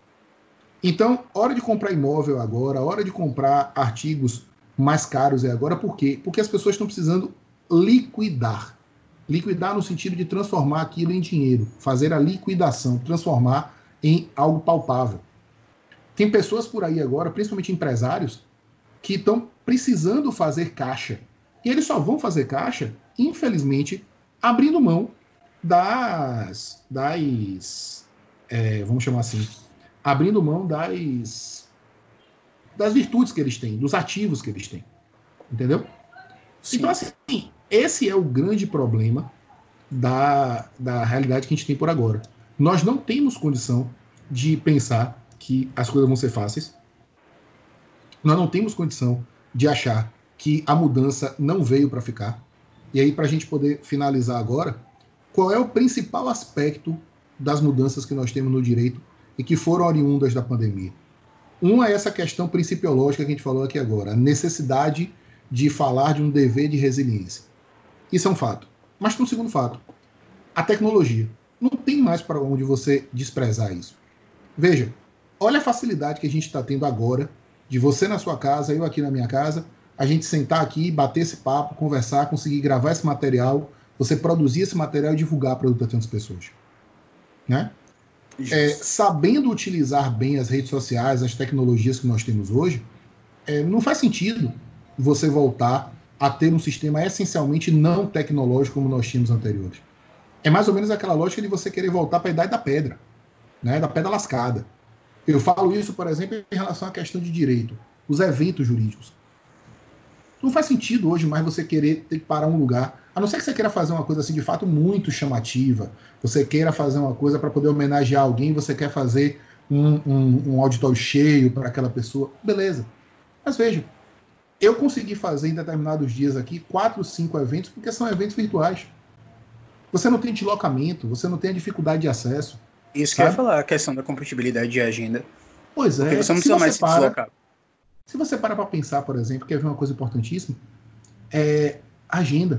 Então, hora de comprar imóvel agora, hora de comprar artigos mais caros é agora. Por quê? Porque as pessoas estão precisando liquidar. Liquidar no sentido de transformar aquilo em dinheiro. Fazer a liquidação, transformar em algo palpável. Tem pessoas por aí agora, principalmente empresários, que estão precisando fazer caixa. E eles só vão fazer caixa, infelizmente, abrindo mão das, das é, vamos chamar assim, abrindo mão das, das virtudes que eles têm, dos ativos que eles têm. Entendeu? Sim. Então, assim, esse é o grande problema da, da realidade que a gente tem por agora. Nós não temos condição de pensar que as coisas vão ser fáceis. Nós não temos condição de achar que a mudança não veio para ficar. E aí, para a gente poder finalizar agora, qual é o principal aspecto das mudanças que nós temos no direito e que foram oriundas da pandemia? Um é essa questão principiológica que a gente falou aqui agora, a necessidade de falar de um dever de resiliência. Isso é um fato. Mas tem um segundo fato. A tecnologia. Não tem mais para onde você desprezar isso. Veja, olha a facilidade que a gente está tendo agora de você na sua casa, eu aqui na minha casa, a gente sentar aqui, bater esse papo, conversar, conseguir gravar esse material, você produzir esse material e divulgar para outras pessoas. Né? É, sabendo utilizar bem as redes sociais, as tecnologias que nós temos hoje, é, não faz sentido você voltar a ter um sistema essencialmente não tecnológico como nós tínhamos anteriores. É mais ou menos aquela lógica de você querer voltar para a idade da pedra, né? Da pedra lascada. Eu falo isso, por exemplo, em relação à questão de direito, os eventos jurídicos. Não faz sentido hoje mais você querer ter que parar um lugar, a não ser que você queira fazer uma coisa assim de fato muito chamativa, você queira fazer uma coisa para poder homenagear alguém, você quer fazer um, um, um auditório cheio para aquela pessoa, beleza. Mas veja, eu consegui fazer em determinados dias aqui quatro, cinco eventos, porque são eventos virtuais. Você não tem deslocamento, você não tem a dificuldade de acesso. Isso que eu ia falar, a questão da compatibilidade de agenda. Pois é. Porque você não precisa mais se deslocar. Se você para para pensar, por exemplo, quer ver uma coisa importantíssima? É agenda.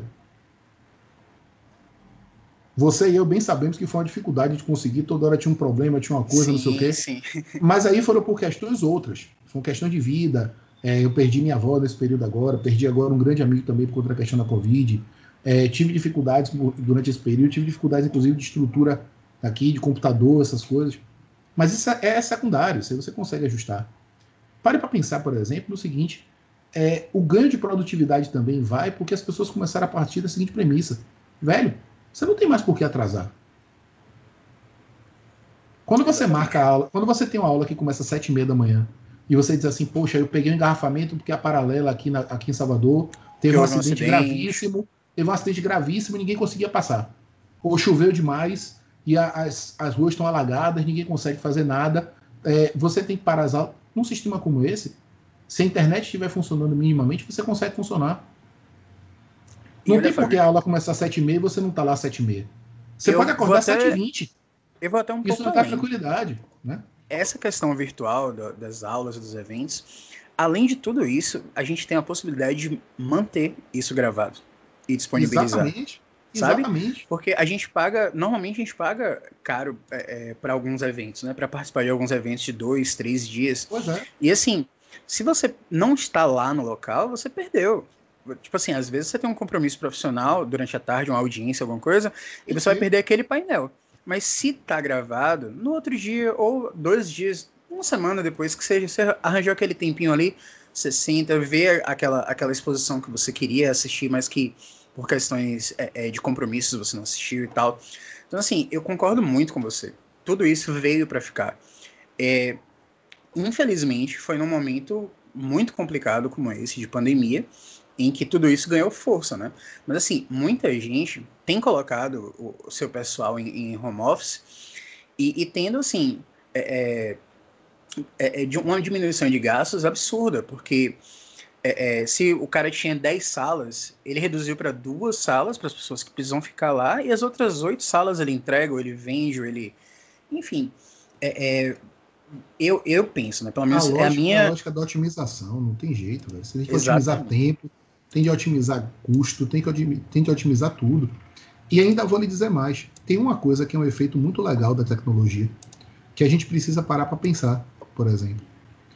Você e eu bem sabemos que foi uma dificuldade de conseguir, toda hora tinha um problema, tinha uma coisa, sim, não sei o quê. Sim. Mas aí foram por questões outras. Foi uma questão de vida. É, eu perdi minha avó nesse período agora, perdi agora um grande amigo também por conta da questão da Covid. É, tive dificuldades durante esse período, tive dificuldades, inclusive, de estrutura aqui, de computador, essas coisas. Mas isso é secundário, isso aí você consegue ajustar. Pare para pensar, por exemplo, no seguinte, é, o ganho de produtividade também vai porque as pessoas começaram a partir da seguinte premissa. Velho, você não tem mais por que atrasar. Quando você marca a aula, quando você tem uma aula que começa às sete e meia da manhã, e você diz assim, poxa, eu peguei um engarrafamento porque a paralela aqui, na, aqui em Salvador teve um acidente, acidente gravíssimo, teve um acidente gravíssimo e ninguém conseguia passar. Ou choveu demais e a, as, as ruas estão alagadas, ninguém consegue fazer nada. É, você tem que parar as aulas. Num sistema como esse, se a internet estiver funcionando minimamente, você consegue funcionar. Não tem por que a aula começar às sete e meia e você não está lá às sete e meia. Você pode acordar às sete e vinte. Eu vou até um pouco Isso não dá tranquilidade, né? Essa questão virtual do, das aulas, dos eventos, além de tudo isso, a gente tem a possibilidade de manter isso gravado e disponibilizar. Exatamente. Sabe? Exatamente. Porque a gente paga, normalmente a gente paga caro é, é, para alguns eventos, né? Para participar de alguns eventos de dois, três dias. Pois é. E assim, se você não está lá no local, você perdeu. Tipo assim, às vezes você tem um compromisso profissional durante a tarde, uma audiência, alguma coisa, e você vai perder aquele painel. Mas se tá gravado, no outro dia ou dois dias, uma semana depois que seja, você arranjou aquele tempinho ali, você senta, vê aquela, aquela exposição que você queria assistir, mas que por questões é, é, de compromissos você não assistiu e tal. Então, assim, eu concordo muito com você. Tudo isso veio para ficar. É, infelizmente, foi num momento muito complicado como esse, de pandemia, em que tudo isso ganhou força, né? Mas, assim, muita gente tem colocado o, o seu pessoal em, em home office e, e tendo, assim, é, é, é, de uma diminuição de gastos absurda, porque É, é, se o cara tinha dez salas, ele reduziu para duas salas para as pessoas que precisam ficar lá, e as outras oito salas ele entrega, ou ele vende, ou ele... Enfim, é, é, eu, eu penso, né? Pelo menos a lógica, é a minha... a lógica da otimização, não tem jeito, velho. Você tem que Exatamente. otimizar tempo, tem de otimizar custo, tem que, tem de otimizar tudo. E ainda vou lhe dizer mais, tem uma coisa que é um efeito muito legal da tecnologia, que a gente precisa parar para pensar, por exemplo.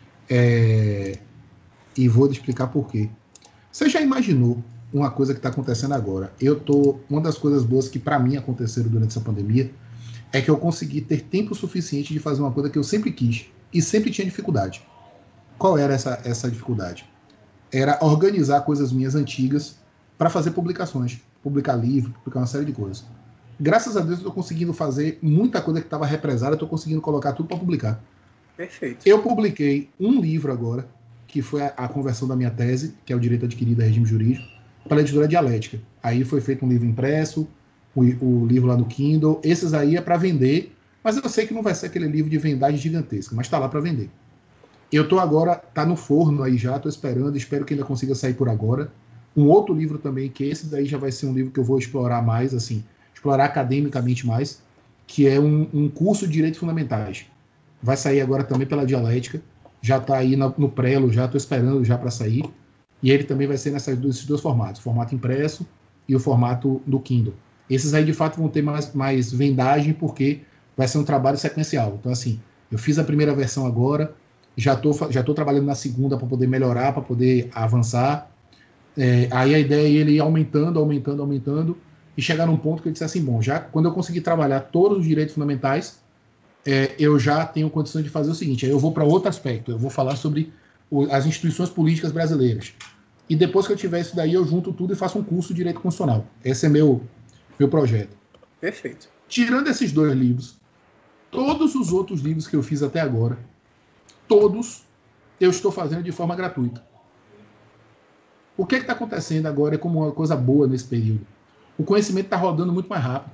É... E vou te explicar por quê. Você já imaginou uma coisa que está acontecendo agora? Eu tô, uma das coisas boas que para mim aconteceram durante essa pandemia é que eu consegui ter tempo suficiente de fazer uma coisa que eu sempre quis e sempre tinha dificuldade. Qual era essa, essa dificuldade? Era organizar coisas minhas antigas para fazer publicações, publicar livro, publicar uma série de coisas. Graças a Deus eu estou conseguindo fazer muita coisa que estava represada, eu estou conseguindo colocar tudo para publicar. Perfeito. Eu publiquei um livro agora, que foi a, a conversão da minha tese, que é o Direito Adquirido a Regime Jurídico, para a editora Dialética. Aí foi feito um livro impresso, o, o livro lá no Kindle. Esses aí é para vender, mas eu sei que não vai ser aquele livro de vendagem gigantesca, mas está lá para vender. Eu estou agora, tá no forno aí já, estou esperando, espero que ainda consiga sair por agora. Um outro livro também, que esse daí já vai ser um livro que eu vou explorar mais, assim, explorar academicamente mais, que é um, um curso de Direitos Fundamentais. Vai sair agora também pela Dialética, já está aí no, no prelo, já estou esperando já para sair. E ele também vai ser nessas dois, dois formatos, o formato impresso e o formato do Kindle. Esses aí, de fato, vão ter mais, mais vendagem, porque vai ser um trabalho sequencial. Então, assim, eu fiz a primeira versão agora, já estou já tô trabalhando na segunda para poder melhorar, para poder avançar. É, aí a ideia é ele ir aumentando, aumentando, aumentando, e chegar num ponto que eu disse assim, bom, já quando eu conseguir trabalhar todos os direitos fundamentais, é, eu já tenho condições de fazer o seguinte, aí eu vou para outro aspecto, eu vou falar sobre o, as instituições políticas brasileiras. E depois que eu tiver isso daí, eu junto tudo e faço um curso de Direito Constitucional. Esse é meu, meu projeto. Perfeito. Tirando esses dois livros, todos os outros livros que eu fiz até agora, todos eu estou fazendo de forma gratuita. O que está acontecendo agora é como uma coisa boa nesse período. O conhecimento está rodando muito mais rápido.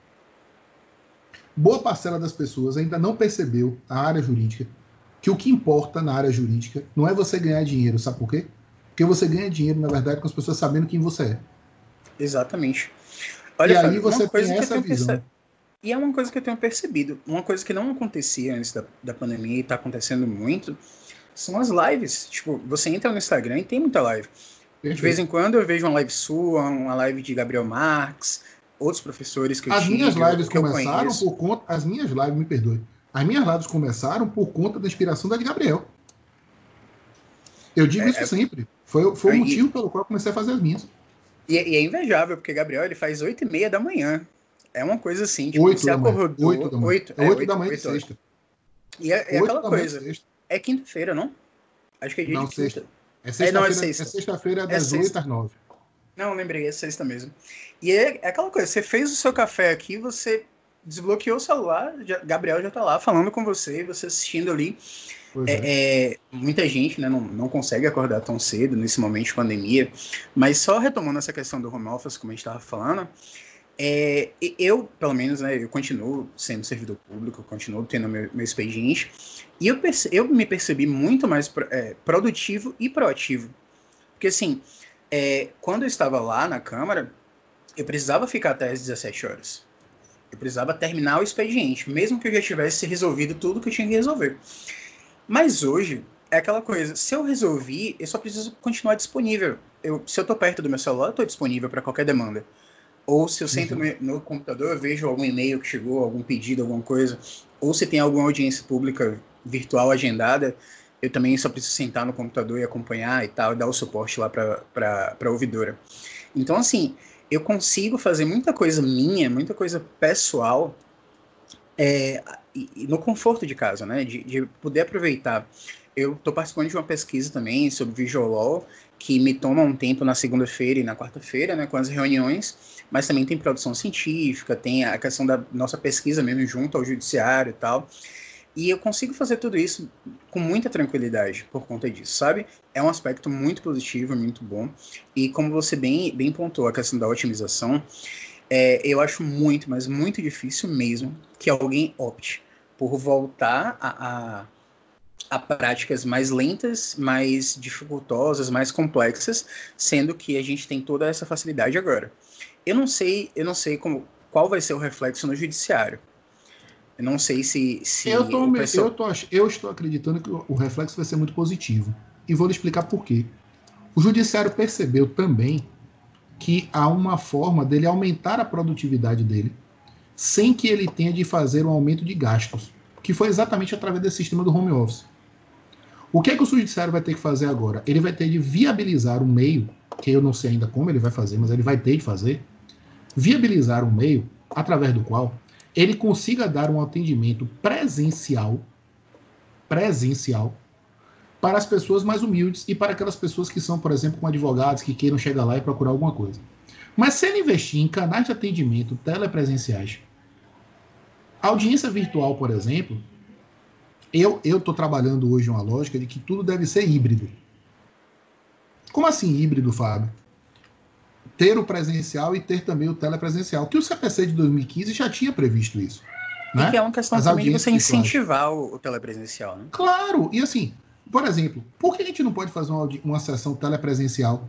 Boa parcela das pessoas ainda não percebeu a área jurídica, que o que importa na área jurídica não é você ganhar dinheiro, sabe por quê? Porque você ganha dinheiro, na verdade, com as pessoas sabendo quem você é. Exatamente. Olha, e Fábio, aí você uma coisa tem que essa eu tenho visão. perce... E é uma coisa que eu tenho percebido. Uma coisa que não acontecia antes da, da pandemia e está acontecendo muito são as lives. Tipo, você entra no Instagram e tem muita live. Perfeito. De vez em quando eu vejo uma live sua, uma live de Gabriel Marques, outros professores que eu as tive, minhas lives que eu começaram conheço. por conta. As minhas lives, me perdoe. As minhas lives começaram por conta da inspiração da de Gabriel. Eu digo É, isso é, sempre. Foi, foi o e, motivo pelo qual eu comecei a fazer as minhas. E, e é invejável, porque Gabriel ele faz oito e meia da manhã. É uma coisa assim, tipo, Oito você da manhã. Oito acordou. da manhã. Oito, É é, oito da oito, manhã de oito horas. sexta. E é, é Oito aquela da manhã de coisa. sexta. É quinta-feira, não? Acho que é dia Não, de quinta. sexta. É É, não, é sexta-feira, é sexta. sexta-feira É das oito sexta. às nove. Não, lembrei, é sexta mesmo. E é, é aquela coisa, você fez o seu café aqui, você desbloqueou o celular, já, Gabriel já tá lá falando com você, você assistindo ali. Pois é. É, é, muita gente né, não, não consegue acordar tão cedo nesse momento de pandemia, mas só retomando essa questão do home office, como a gente estava falando, é, eu, pelo menos, né, eu continuo sendo servidor público, eu continuo tendo meu, meu expediente, e eu, perce, eu me percebi muito mais é, produtivo e proativo. Porque, assim, é, quando eu estava lá na Câmara, eu precisava ficar até as dezessete horas. Eu precisava terminar o expediente, mesmo que eu já tivesse resolvido tudo que eu tinha que resolver. Mas hoje, é aquela coisa, se eu resolvi, eu só preciso continuar disponível. Eu, se eu estou perto do meu celular, eu estou disponível para qualquer demanda. Ou se eu sento no, no computador, eu vejo algum e-mail que chegou, algum pedido, alguma coisa, ou se tem alguma audiência pública virtual agendada, eu também só preciso sentar no computador e acompanhar e tal, e dar o suporte lá para a ouvidora. Então, assim, eu consigo fazer muita coisa minha, muita coisa pessoal, é, e, e no conforto de casa, né? De, de poder aproveitar. Eu estou participando de uma pesquisa também sobre Visual Law, que me toma um tempo na segunda-feira e na quarta-feira, né, com as reuniões, mas também tem produção científica, tem a questão da nossa pesquisa mesmo junto ao judiciário e tal. E eu consigo fazer tudo isso com muita tranquilidade por conta disso, sabe? É um aspecto muito positivo, muito bom. E como você bem, bem pontuou a questão da otimização, é, eu acho muito, mas muito difícil mesmo que alguém opte por voltar a, a a práticas mais lentas, mais dificultosas, mais complexas, sendo que a gente tem toda essa facilidade agora. Eu não sei, eu não sei como, qual vai ser o reflexo no judiciário. Eu não sei se, se eu, tô, o pessoal... eu, tô, eu estou acreditando que o reflexo vai ser muito positivo. E vou lhe explicar por quê. O judiciário percebeu também que há uma forma dele aumentar a produtividade dele sem que ele tenha de fazer um aumento de gastos, que foi exatamente através desse sistema do home office. O que é que o judiciário vai ter que fazer agora? Ele vai ter de viabilizar um meio, que eu não sei ainda como ele vai fazer, mas ele vai ter de fazer, viabilizar um meio através do qual ele consiga dar um atendimento presencial, presencial, para as pessoas mais humildes e para aquelas pessoas que são, por exemplo, com advogados que queiram chegar lá e procurar alguma coisa. Mas se ele investir em canais de atendimento telepresenciais, a audiência virtual, por exemplo, Eu estou trabalhando hoje uma lógica de que tudo deve ser híbrido. Como assim híbrido, Fábio? Ter o presencial e ter também o telepresencial, que o C P C de dois mil e quinze já tinha previsto isso. E Né? que é uma questão As também de audiências você virtuais. incentivar o, o telepresencial, né? Claro, e assim, por exemplo, por que a gente não pode fazer uma, uma sessão telepresencial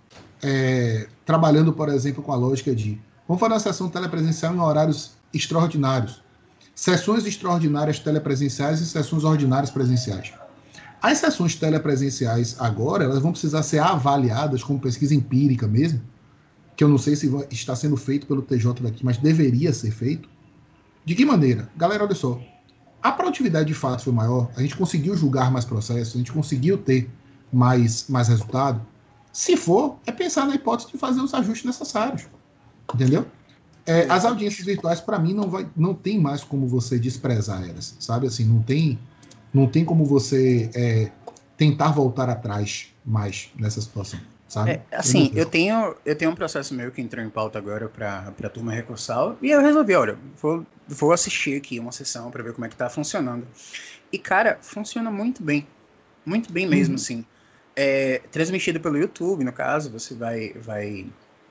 é, trabalhando, por exemplo, com a lógica de vamos fazer uma sessão telepresencial em horários extraordinários, sessões extraordinárias telepresenciais e sessões ordinárias presenciais. As sessões telepresenciais agora, elas vão precisar ser avaliadas como pesquisa empírica mesmo, que eu não sei se está sendo feito pelo T J daqui, mas deveria ser feito. De que maneira? Galera, olha só, a produtividade de fato foi maior, a gente conseguiu julgar mais processos, a gente conseguiu ter mais, mais resultado. Se for, é pensar na hipótese de fazer os ajustes necessários. Entendeu? É, as audiências virtuais, para mim, não, vai, não tem mais como você desprezar elas, sabe? Assim, não tem, não tem como você é, tentar voltar atrás mais nessa situação, sabe? É, assim, eu tenho, eu tenho um processo meu que entrou em pauta agora para a turma recursal, e eu resolvi, olha, vou, vou assistir aqui uma sessão para ver como é que tá funcionando. E, cara, funciona muito bem. Muito bem mesmo, uhum. Assim. É, transmitido pelo YouTube, no caso, você vai, vai,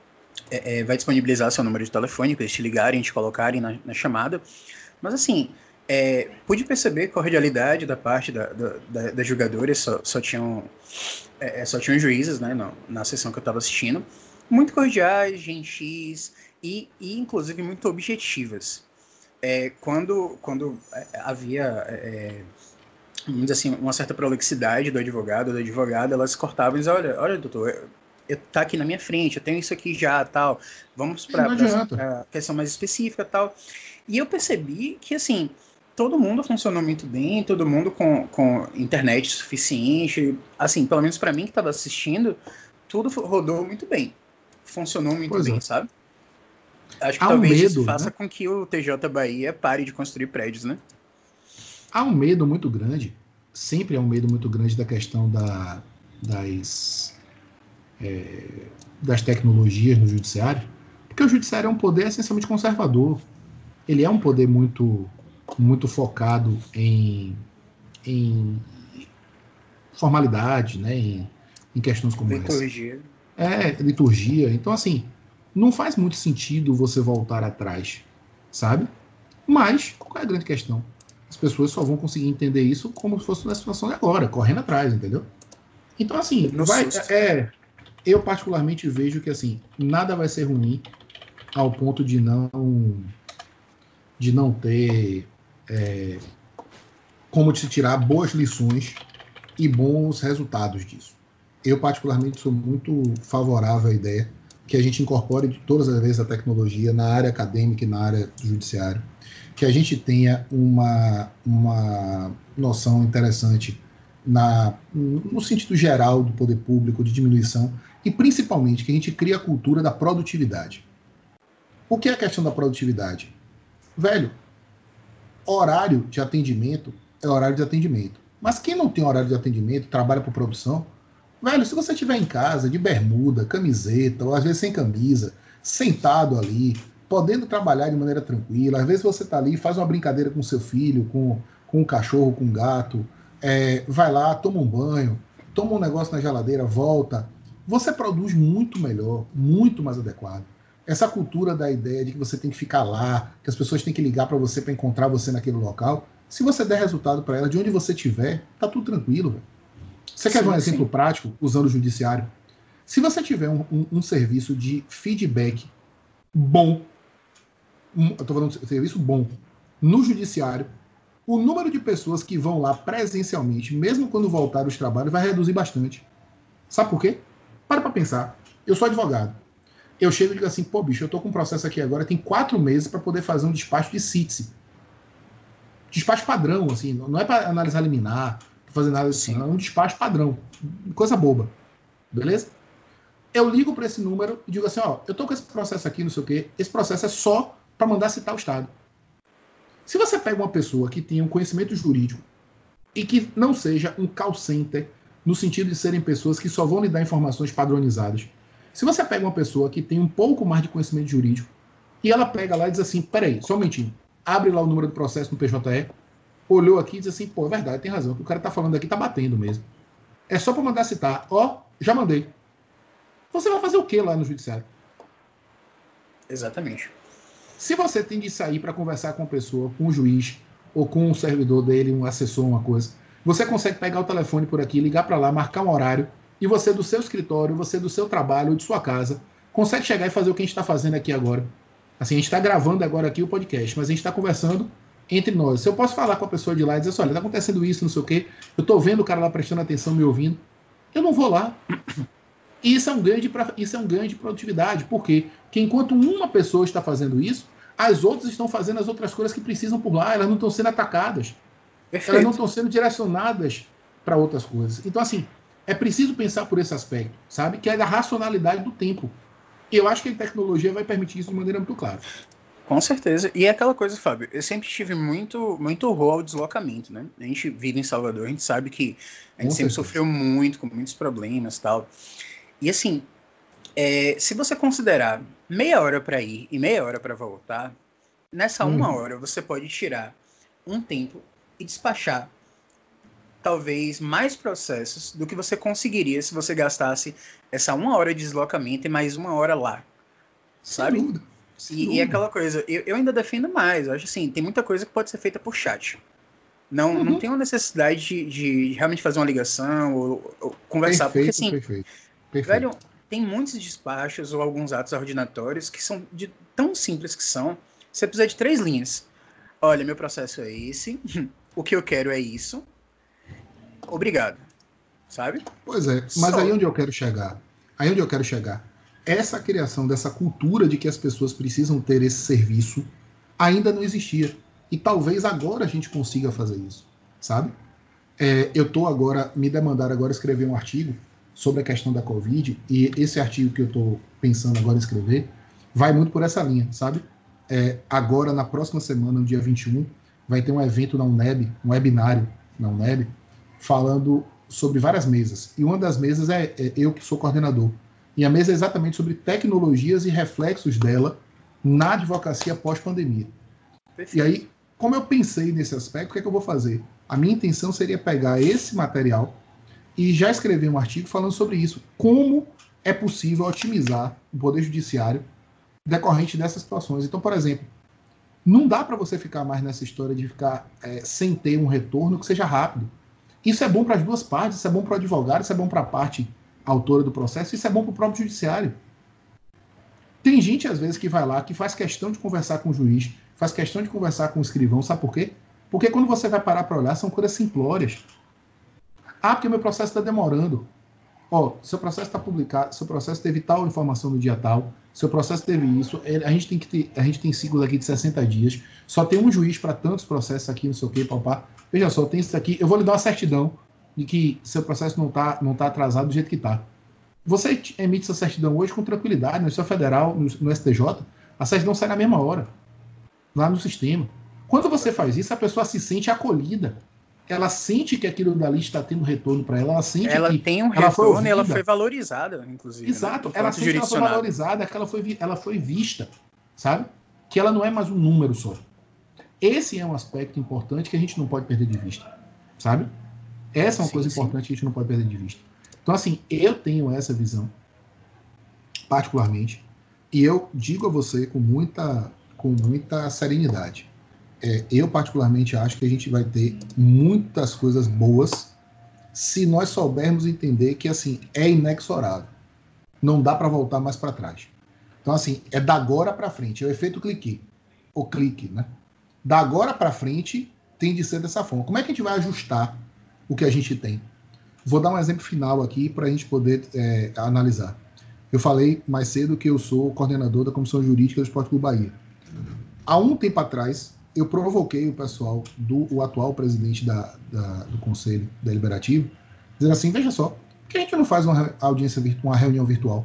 é, vai disponibilizar seu número de telefone para eles te ligarem, te colocarem na, na chamada. Mas, assim, é, pude perceber cordialidade da parte da, da, das jogadoras, só, só tinham... É, só tinham juízes, né, na, na sessão que eu estava assistindo, muito cordiais, gentis e, e inclusive muito objetivas. É, quando, quando havia, é, vamos dizer assim, uma certa prolixidade do advogado ou da advogada, elas cortavam e diziam, olha, olha, doutor, eu, eu tá aqui na minha frente, eu tenho isso aqui já, tal, vamos para a questão mais específica, tal. E eu percebi que, assim, todo mundo funcionou muito bem, todo mundo com, com internet suficiente. Assim, pelo menos para mim que estava assistindo, tudo rodou muito bem. Funcionou muito pois bem, é. Sabe? Acho que Há talvez um medo, isso faça né? com que o T J Bahia pare de construir prédios, né? Há um medo muito grande, sempre há um medo muito grande da questão da, das, é, das tecnologias no judiciário, porque o judiciário é um poder essencialmente conservador. Ele é um poder muito muito focado em, em formalidade, né, em, em questões como liturgia. essa. É, liturgia. Então, assim, não faz muito sentido você voltar atrás, sabe? Mas, qual é a grande questão? As pessoas só vão conseguir entender isso como se fosse na situação de agora, correndo atrás, entendeu? Então, assim, vai, é, eu particularmente vejo que, assim, nada vai ser ruim ao ponto de não de não ter é, como se tirar boas lições e bons resultados disso. Eu, particularmente, sou muito favorável à ideia que a gente incorpore todas as vezes a tecnologia na área acadêmica e na área do judiciário, que a gente tenha uma, uma noção interessante na, no sentido geral do poder público, de diminuição, e principalmente que a gente crie a cultura da produtividade. O que é a questão da produtividade? Velho, horário de atendimento é horário de atendimento. Mas quem não tem horário de atendimento, trabalha por produção, velho, se você estiver em casa, de bermuda, camiseta, ou às vezes sem camisa, sentado ali, podendo trabalhar de maneira tranquila, às vezes você está ali, faz uma brincadeira com seu filho, com, com um cachorro, com um gato, é, vai lá, toma um banho, toma um negócio na geladeira, volta, você produz muito melhor, muito mais adequado. Essa cultura da ideia de que você tem que ficar lá, que as pessoas têm que ligar para você para encontrar você naquele local, se você der resultado para ela, de onde você estiver, tá tudo tranquilo. Véio. Você sim, quer ver um sim. exemplo prático, usando o judiciário? Se você tiver um, um, um serviço de feedback bom, um, eu tô falando de serviço bom, no judiciário, o número de pessoas que vão lá presencialmente, mesmo quando voltar os trabalhos, vai reduzir bastante. Sabe por quê? Para para pensar. Eu sou advogado. Eu chego e digo assim, pô, bicho, eu tô com um processo aqui agora, tem quatro meses para poder fazer um despacho de C I T S E. Despacho padrão, assim, não é para analisar liminar, para fazer nada assim, não, é um despacho padrão, coisa boba, beleza? Eu ligo para esse número e digo assim, ó, eu tô com esse processo aqui, não sei o quê, esse processo é só para mandar citar o Estado. Se você pega uma pessoa que tenha um conhecimento jurídico e que não seja um call center, no sentido de serem pessoas que só vão lhe dar informações padronizadas, se você pega uma pessoa que tem um pouco mais de conhecimento jurídico e ela pega lá e diz assim, peraí, só um momentinho, abre lá o número do processo no P J E, olhou aqui e disse assim, pô, é verdade, tem razão, o que o cara tá falando aqui tá batendo mesmo. É só para mandar citar. Ó, já mandei. Você vai fazer o que lá no judiciário? Exatamente. Se você tem de sair para conversar com a pessoa, com o juiz, ou com um servidor dele, um assessor, uma coisa, você consegue pegar o telefone por aqui, ligar para lá, marcar um horário, e você do seu escritório, você do seu trabalho, ou de sua casa, consegue chegar e fazer o que a gente está fazendo aqui agora. Assim, a gente está gravando agora aqui o podcast, mas a gente está conversando entre nós. Se eu posso falar com a pessoa de lá e dizer assim, olha, está acontecendo isso, não sei o quê, eu estou vendo o cara lá prestando atenção, me ouvindo, eu não vou lá. E isso é um ganho de, isso é um ganho de produtividade. Por quê? Porque enquanto uma pessoa está fazendo isso, as outras estão fazendo as outras coisas que precisam por lá, elas não estão sendo atacadas. Perfeito. Elas não estão sendo direcionadas para outras coisas. Então, assim, é preciso pensar por esse aspecto, sabe? Que é da racionalidade do tempo. E eu acho que a tecnologia vai permitir isso de maneira muito clara. Com certeza. E é aquela coisa, Fábio, eu sempre tive muito, muito horror ao deslocamento, né? A gente vive em Salvador, a gente sabe que a gente com sempre certeza. Sofreu muito, com muitos problemas e tal. E assim, é, se você considerar meia hora para ir e meia hora para voltar, nessa hum. uma hora você pode tirar um tempo e despachar talvez mais processos do que você conseguiria se você gastasse essa uma hora de deslocamento e mais uma hora lá, sabe? Sem dúvida. Sem e, dúvida. E aquela coisa, eu, eu ainda defendo mais, eu acho assim, tem muita coisa que pode ser feita por chat. Não, uhum. não tem uma necessidade de, de realmente fazer uma ligação ou, ou conversar, perfeito, porque assim, perfeito, perfeito. velho, tem muitos despachos ou alguns atos ordinatórios que são de, tão simples que são, você precisa de três linhas. Olha, meu processo é esse, o que eu quero é isso, obrigado, sabe? Pois é, mas Só. aí onde eu quero chegar, aí onde eu quero chegar, essa criação dessa cultura de que as pessoas precisam ter esse serviço ainda não existia. E talvez agora a gente consiga fazer isso, sabe? É, eu estou agora, me demandaram agora escrever um artigo sobre a questão da Covid, e esse artigo que eu estou pensando agora em escrever vai muito por essa linha, sabe? É, agora, na próxima semana, no dia vinte e um, vai ter um evento na UNEB, um webinário na UNEB, falando sobre várias mesas. E uma das mesas é, é eu que sou coordenador. E a mesa é exatamente sobre tecnologias e reflexos dela na advocacia pós-pandemia. E aí, como eu pensei nesse aspecto, o que é que eu vou fazer? A minha intenção seria pegar esse material e já escrever um artigo falando sobre isso. Como é possível otimizar o Poder Judiciário decorrente dessas situações. Então, por exemplo, não dá para você ficar mais nessa história de ficar é, sem ter um retorno que seja rápido. Isso é bom para as duas partes, isso é bom para o advogado, isso é bom para a parte autora do processo, isso é bom para o próprio judiciário. Tem gente, às vezes, que vai lá, que faz questão de conversar com o juiz, faz questão de conversar com o escrivão, sabe por quê? Porque quando você vai parar para olhar, são coisas simplórias. Ah, porque meu processo está demorando. Ó, seu processo está publicado, seu processo teve tal informação no dia tal, seu processo teve isso, a gente tem que ter, a gente tem ciclos aqui de sessenta dias, só tem um juiz para tantos processos aqui, não sei o que, papá. Veja só, tem isso aqui, eu vou lhe dar uma certidão de que seu processo não está não tá atrasado do jeito que está. Você emite essa certidão hoje com tranquilidade, no seu federal, no, no S T J, a certidão sai na mesma hora, lá no sistema. Quando você faz isso, a pessoa se sente acolhida. Ela sente que aquilo dali está tendo retorno para ela, ela sente ela que tem um ela retorno e ela foi valorizada, inclusive. Exato, né? Ela sente que ela foi valorizada, que ela foi, ela foi vista, sabe? Que ela não é mais um número só. Esse é um aspecto importante que a gente não pode perder de vista, sabe? Essa é uma sim, coisa sim. importante que a gente não pode perder de vista. Então, assim, eu tenho essa visão, particularmente, e eu digo a você com muita, com muita serenidade. É, eu, particularmente, acho que a gente vai ter muitas coisas boas se nós soubermos entender que, assim, é inexorável. Não dá para voltar mais para trás. Então, assim, é da agora para frente. É o efeito clique. O clique, né? Da agora para frente tem de ser dessa forma. Como é que a gente vai ajustar o que a gente tem? Vou dar um exemplo final aqui para a gente poder é, analisar. Eu falei mais cedo que eu sou coordenador da Comissão Jurídica do Esporte Clube Bahia. Há um tempo atrás, eu provoquei o pessoal, do o atual presidente da, da, do Conselho Deliberativo, dizendo assim, veja só, por que a gente não faz uma audiência virtual, uma reunião virtual?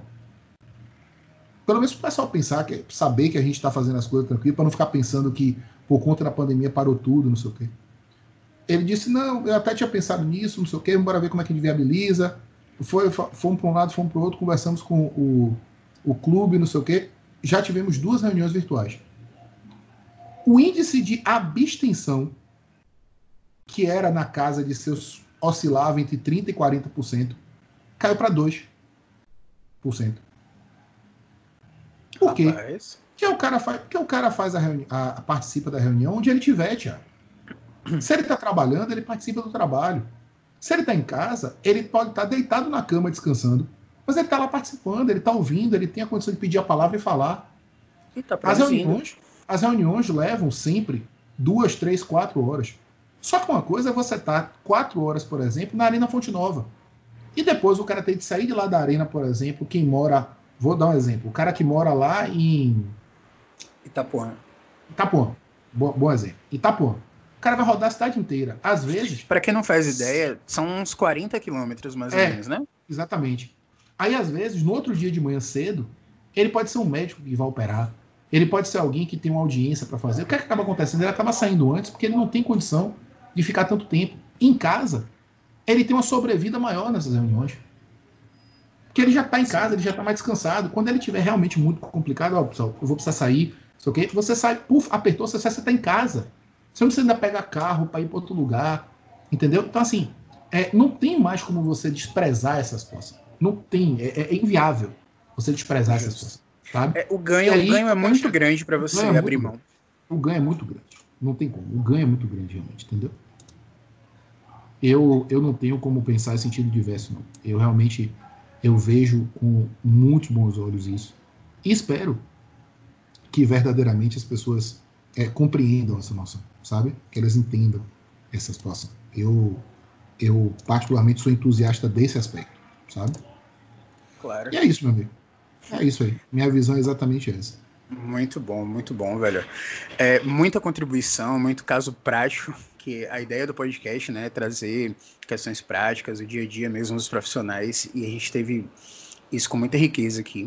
Pelo menos para o pessoal pensar, que, saber que a gente está fazendo as coisas tranquilo, para não ficar pensando que por conta da pandemia parou tudo, não sei o quê. Ele disse, não, eu até tinha pensado nisso, não sei o quê, vamos ver como é que a gente viabiliza. Foi, fomos para um lado, fomos para o outro, conversamos com o, o clube, não sei o quê. Já tivemos duas reuniões virtuais. O índice de abstenção que era na casa de seus... oscilava entre trinta por cento e quarenta por cento, caiu para dois por cento. Por quê? Rapaz. Porque o cara faz, porque o cara faz a, reuni- a, a participa da reunião onde ele estiver, Thiago. Se ele está trabalhando, ele participa do trabalho. Se ele está em casa, ele pode estar deitado na cama descansando, mas ele está lá participando, ele está ouvindo, ele tem a condição de pedir a palavra e falar. E tá As produzindo. reuniões, as reuniões levam sempre duas, três, quatro horas. Só que uma coisa é você estar quatro horas, por exemplo, na Arena Fonte Nova. E depois o cara tem de sair de lá da arena, por exemplo, quem mora... Vou dar um exemplo. O cara que mora lá em... Itapuã. Itapuã. Bom, bom exemplo. Itapuã. O cara vai rodar a cidade inteira. Às vezes... Pra quem não faz ideia, são uns quarenta quilômetros mais ou É. menos, né? Exatamente. Aí, às vezes, no outro dia de manhã cedo, ele pode ser um médico que vai operar. Ele pode ser alguém que tem uma audiência para fazer. O que, é que acaba acontecendo? Ele acaba saindo antes porque ele não tem condição de ficar tanto tempo. Em casa, ele tem uma sobrevida maior nessas reuniões. Porque ele já está em casa, ele já está mais descansado. Quando ele tiver realmente muito complicado, ó, pessoal, eu vou precisar sair, sei o quê, você sai, puf, apertou, você sai, você está em casa. Você não precisa ainda pegar carro para ir para outro lugar. Entendeu? Então, assim, é, não tem mais como você desprezar essa situação. Não tem, é, é inviável você desprezar essa situação. Sabe? É, o ganho, aí, o ganho é muito grande para você é abrir mão. Grande. O ganho é muito grande. Não tem como. O ganho é muito grande, realmente, entendeu? Eu, eu não tenho como pensar em sentido diverso, não. Eu realmente eu vejo com muitos bons olhos isso. E espero que verdadeiramente as pessoas é, compreendam essa noção, sabe? Que elas entendam essa situação. Eu, eu particularmente sou entusiasta desse aspecto, sabe? Claro. E é isso, meu amigo. É isso aí. Minha visão é exatamente essa. Muito bom, muito bom, velho. É, muita contribuição, muito caso prático, que a ideia do podcast, né, é trazer questões práticas, o dia a dia mesmo dos profissionais, e a gente teve isso com muita riqueza aqui.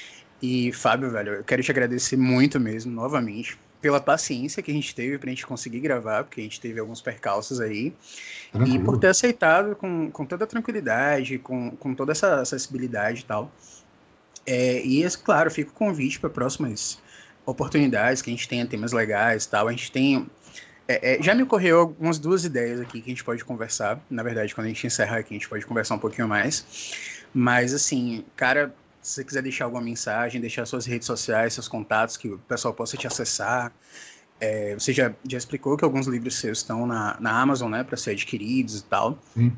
E, Fábio, velho, eu quero te agradecer muito mesmo, novamente, pela paciência que a gente teve pra gente conseguir gravar, porque a gente teve alguns percalços aí, Tranquilo. E por ter aceitado com, com toda a tranquilidade, com, com toda essa acessibilidade e tal. É, e, claro, fica o convite para próximas oportunidades, que a gente tenha temas legais e tal. A gente tem... É, é, já me ocorreu algumas duas ideias aqui que a gente pode conversar. Na verdade, quando a gente encerrar aqui, a gente pode conversar um pouquinho mais. Mas, assim, cara, se você quiser deixar alguma mensagem, deixar suas redes sociais, seus contatos, que o pessoal possa te acessar. É, você já, já explicou que alguns livros seus estão na, na Amazon, né, para ser adquiridos e tal. Sim.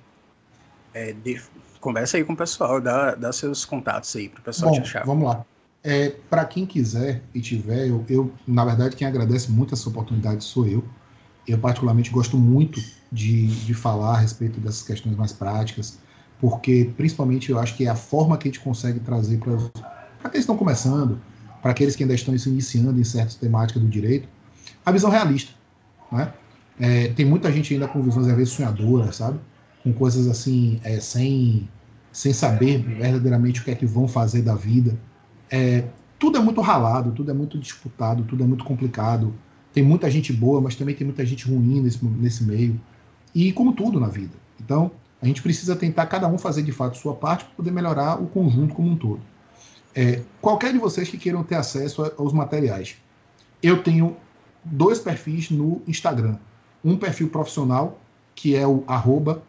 É, de, conversa aí com o pessoal, dá, dá seus contatos aí para o pessoal Bom, te achar. Vamos lá. É, para quem quiser e tiver, eu, eu, na verdade, quem agradece muito essa oportunidade sou eu. Eu, particularmente, gosto muito de, de falar a respeito dessas questões mais práticas, porque, principalmente, eu acho que é a forma que a gente consegue trazer para aqueles que estão começando, para aqueles que ainda estão se iniciando em certas temáticas do direito, a visão realista, né? É, tem muita gente ainda com visões, às vezes, sonhadoras, sabe? Com coisas assim, é, sem, sem saber verdadeiramente o que é que vão fazer da vida. É, tudo é muito ralado, tudo é muito disputado, tudo é muito complicado. Tem muita gente boa, mas também tem muita gente ruim nesse, nesse meio. E como tudo na vida. Então, a gente precisa tentar cada um fazer de fato sua parte para poder melhorar o conjunto como um todo. É, qualquer de vocês que queiram ter acesso aos materiais, eu tenho dois perfis no Instagram. Um perfil profissional, que é o arroba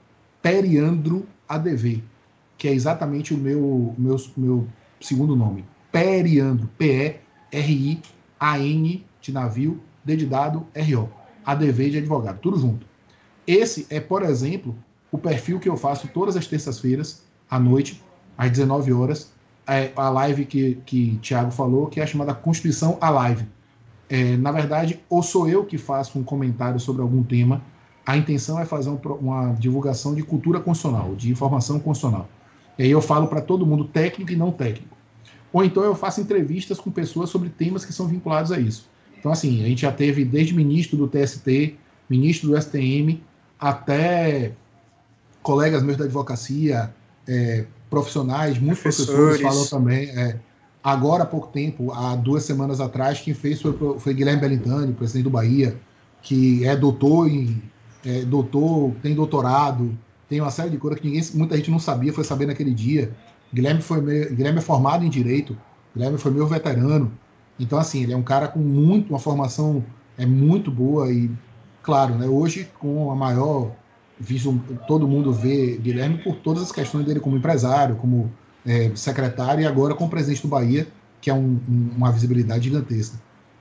periandroadv, que é exatamente o meu, meu, meu segundo nome. Periandro, P E R I A N de navio, D de dado, R O. A D V de advogado, tudo junto. Esse é, por exemplo, o perfil que eu faço todas as terças-feiras, à noite, às dezenove horas, é a live que, que Thiago falou, que é a chamada Constituição a Live. É, na verdade, ou sou eu que faço um comentário sobre algum tema, a intenção é fazer um, uma divulgação de cultura constitucional, de informação constitucional. E aí eu falo para todo mundo, técnico e não técnico. Ou então eu faço entrevistas com pessoas sobre temas que são vinculados a isso. Então, assim, a gente já teve desde ministro do T S T, ministro do S T M, até colegas meus da advocacia, é, profissionais, muitos professores, professores falam também. É, agora, há pouco tempo, há duas semanas atrás, quem fez foi, foi Guilherme Belintani, presidente do Bahia, que é doutor, em, é, doutor, tem doutorado, tem uma série de coisas que ninguém, muita gente não sabia, foi saber naquele dia. Guilherme, foi meu, Guilherme é formado em Direito, Guilherme foi meu veterano. Então, assim, ele é um cara com muito, uma formação é muito boa e claro, né, hoje com a maior visto, todo mundo vê Guilherme por todas as questões dele como empresário, como é, secretário e agora como presidente do Bahia, que é um, um, uma visibilidade gigantesca.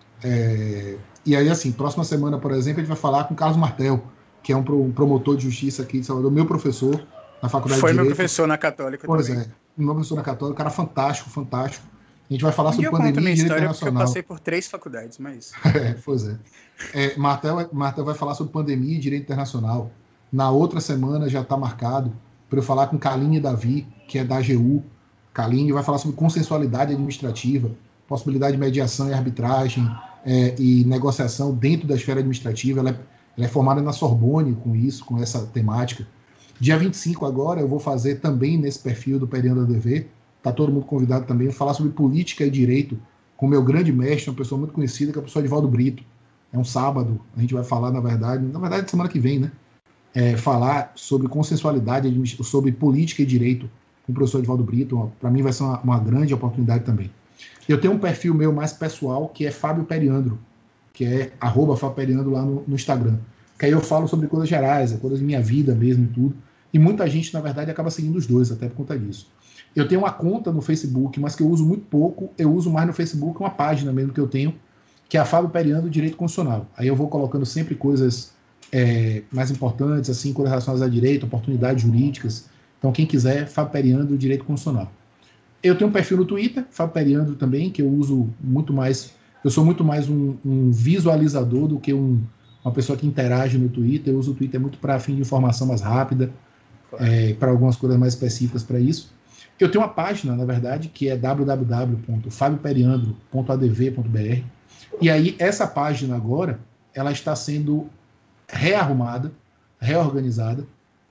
É, e aí, assim, próxima semana, por exemplo, a gente vai falar com Carlos Martel, que é um, pro, um promotor de justiça aqui de Salvador, meu professor na Faculdade Foi de meu Direito. professor na Católica Pois também. é, meu professor na Católica, cara fantástico, fantástico. A gente vai falar Um dia sobre eu conto pandemia minha e direito história porque eu internacional. passei por três faculdades, mas... É, pois é. é Martel, Martel vai falar sobre pandemia e direito internacional. Na outra semana já está marcado para eu falar com Kaline Davi, que é da A G U. Kaline vai falar sobre consensualidade administrativa, possibilidade de mediação e arbitragem é, e negociação dentro da esfera administrativa. Ela é, ela é formada na Sorbonne com isso, com essa temática. Dia vinte e cinco agora eu vou fazer também nesse perfil do Periando A D V. Está todo mundo convidado também. Vou falar sobre política e direito com o meu grande mestre, uma pessoa muito conhecida, que é o professor Edivaldo Brito. É um sábado, a gente vai falar, na verdade, na verdade, semana que vem, né? É, falar sobre consensualidade, sobre política e direito com o professor Edivaldo Brito. Para mim vai ser uma, uma grande oportunidade também. Eu tenho um perfil meu mais pessoal, que é Fábio Periandro, que é arroba Fábio Periandro lá no, no Instagram. Que aí eu falo sobre coisas gerais, coisas da minha vida mesmo e tudo. E muita gente, na verdade, acaba seguindo os dois, até por conta disso. Eu tenho uma conta no Facebook, mas que eu uso muito pouco. Eu uso mais no Facebook uma página mesmo que eu tenho, que é a Fábio Periando Direito Constitucional. Aí eu vou colocando sempre coisas é, mais importantes, assim, coisas relacionadas a direito, oportunidades jurídicas. Então, quem quiser, Fábio Periando Direito Constitucional. Eu tenho um perfil no Twitter, Fábio Periando também, que eu uso muito mais. Eu sou muito mais um, um visualizador do que um, uma pessoa que interage no Twitter. Eu uso o Twitter muito para fim de informação mais rápida, claro. é, para algumas coisas mais específicas para isso. Eu tenho uma página, na verdade, que é w w w ponto fabio periandro ponto a d v ponto b r. E aí, essa página agora, ela está sendo rearrumada, reorganizada.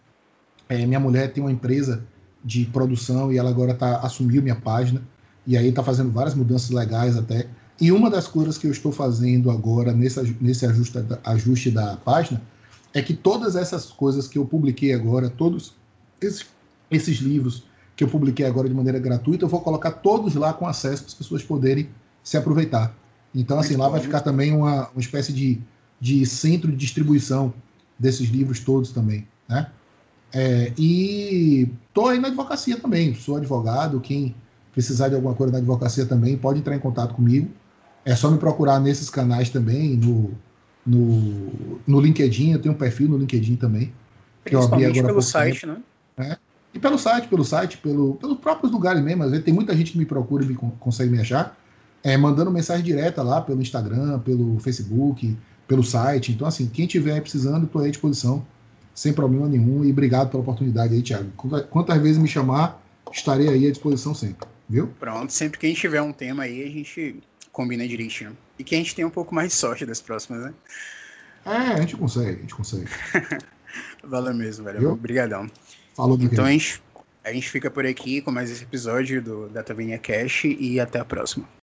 É, minha mulher tem uma empresa de produção e ela agora tá, assumiu minha página. E aí está fazendo várias mudanças legais até. E uma das coisas que eu estou fazendo agora nesse, nesse ajuste, ajuste da página é que todas essas coisas que eu publiquei agora, todos esses, esses livros que eu publiquei agora de maneira gratuita, eu vou colocar todos lá com acesso para as pessoas poderem se aproveitar. Então, assim, muito lá bom, vai ficar também uma, uma espécie de, de centro de distribuição desses livros todos também, né? É, e estou aí na advocacia também, sou advogado, quem precisar de alguma coisa na advocacia também pode entrar em contato comigo. É só me procurar nesses canais também, no, no, no LinkedIn, eu tenho um perfil no LinkedIn também, que eu abri agora há pouco site, tempo. Né? Né? E pelo site, pelo site, pelo, pelos próprios lugares mesmo. Às vezes tem muita gente que me procura e me, consegue me achar, é, mandando mensagem direta lá pelo Instagram, pelo Facebook, pelo site. Então, assim, quem estiver precisando, estou aí à disposição, sem problema nenhum. E obrigado pela oportunidade aí, Thiago. Quantas vezes me chamar, estarei aí à disposição sempre, viu? Pronto, sempre que a gente tiver um tema aí, a gente combina direitinho. E que a gente tenha um pouco mais de sorte das próximas, né? É, a gente consegue, a gente consegue. Valeu mesmo, velho. Obrigadão. Falou, meu Então a gente, a gente fica por aqui com mais esse episódio do Data Venia Cash e até a próxima.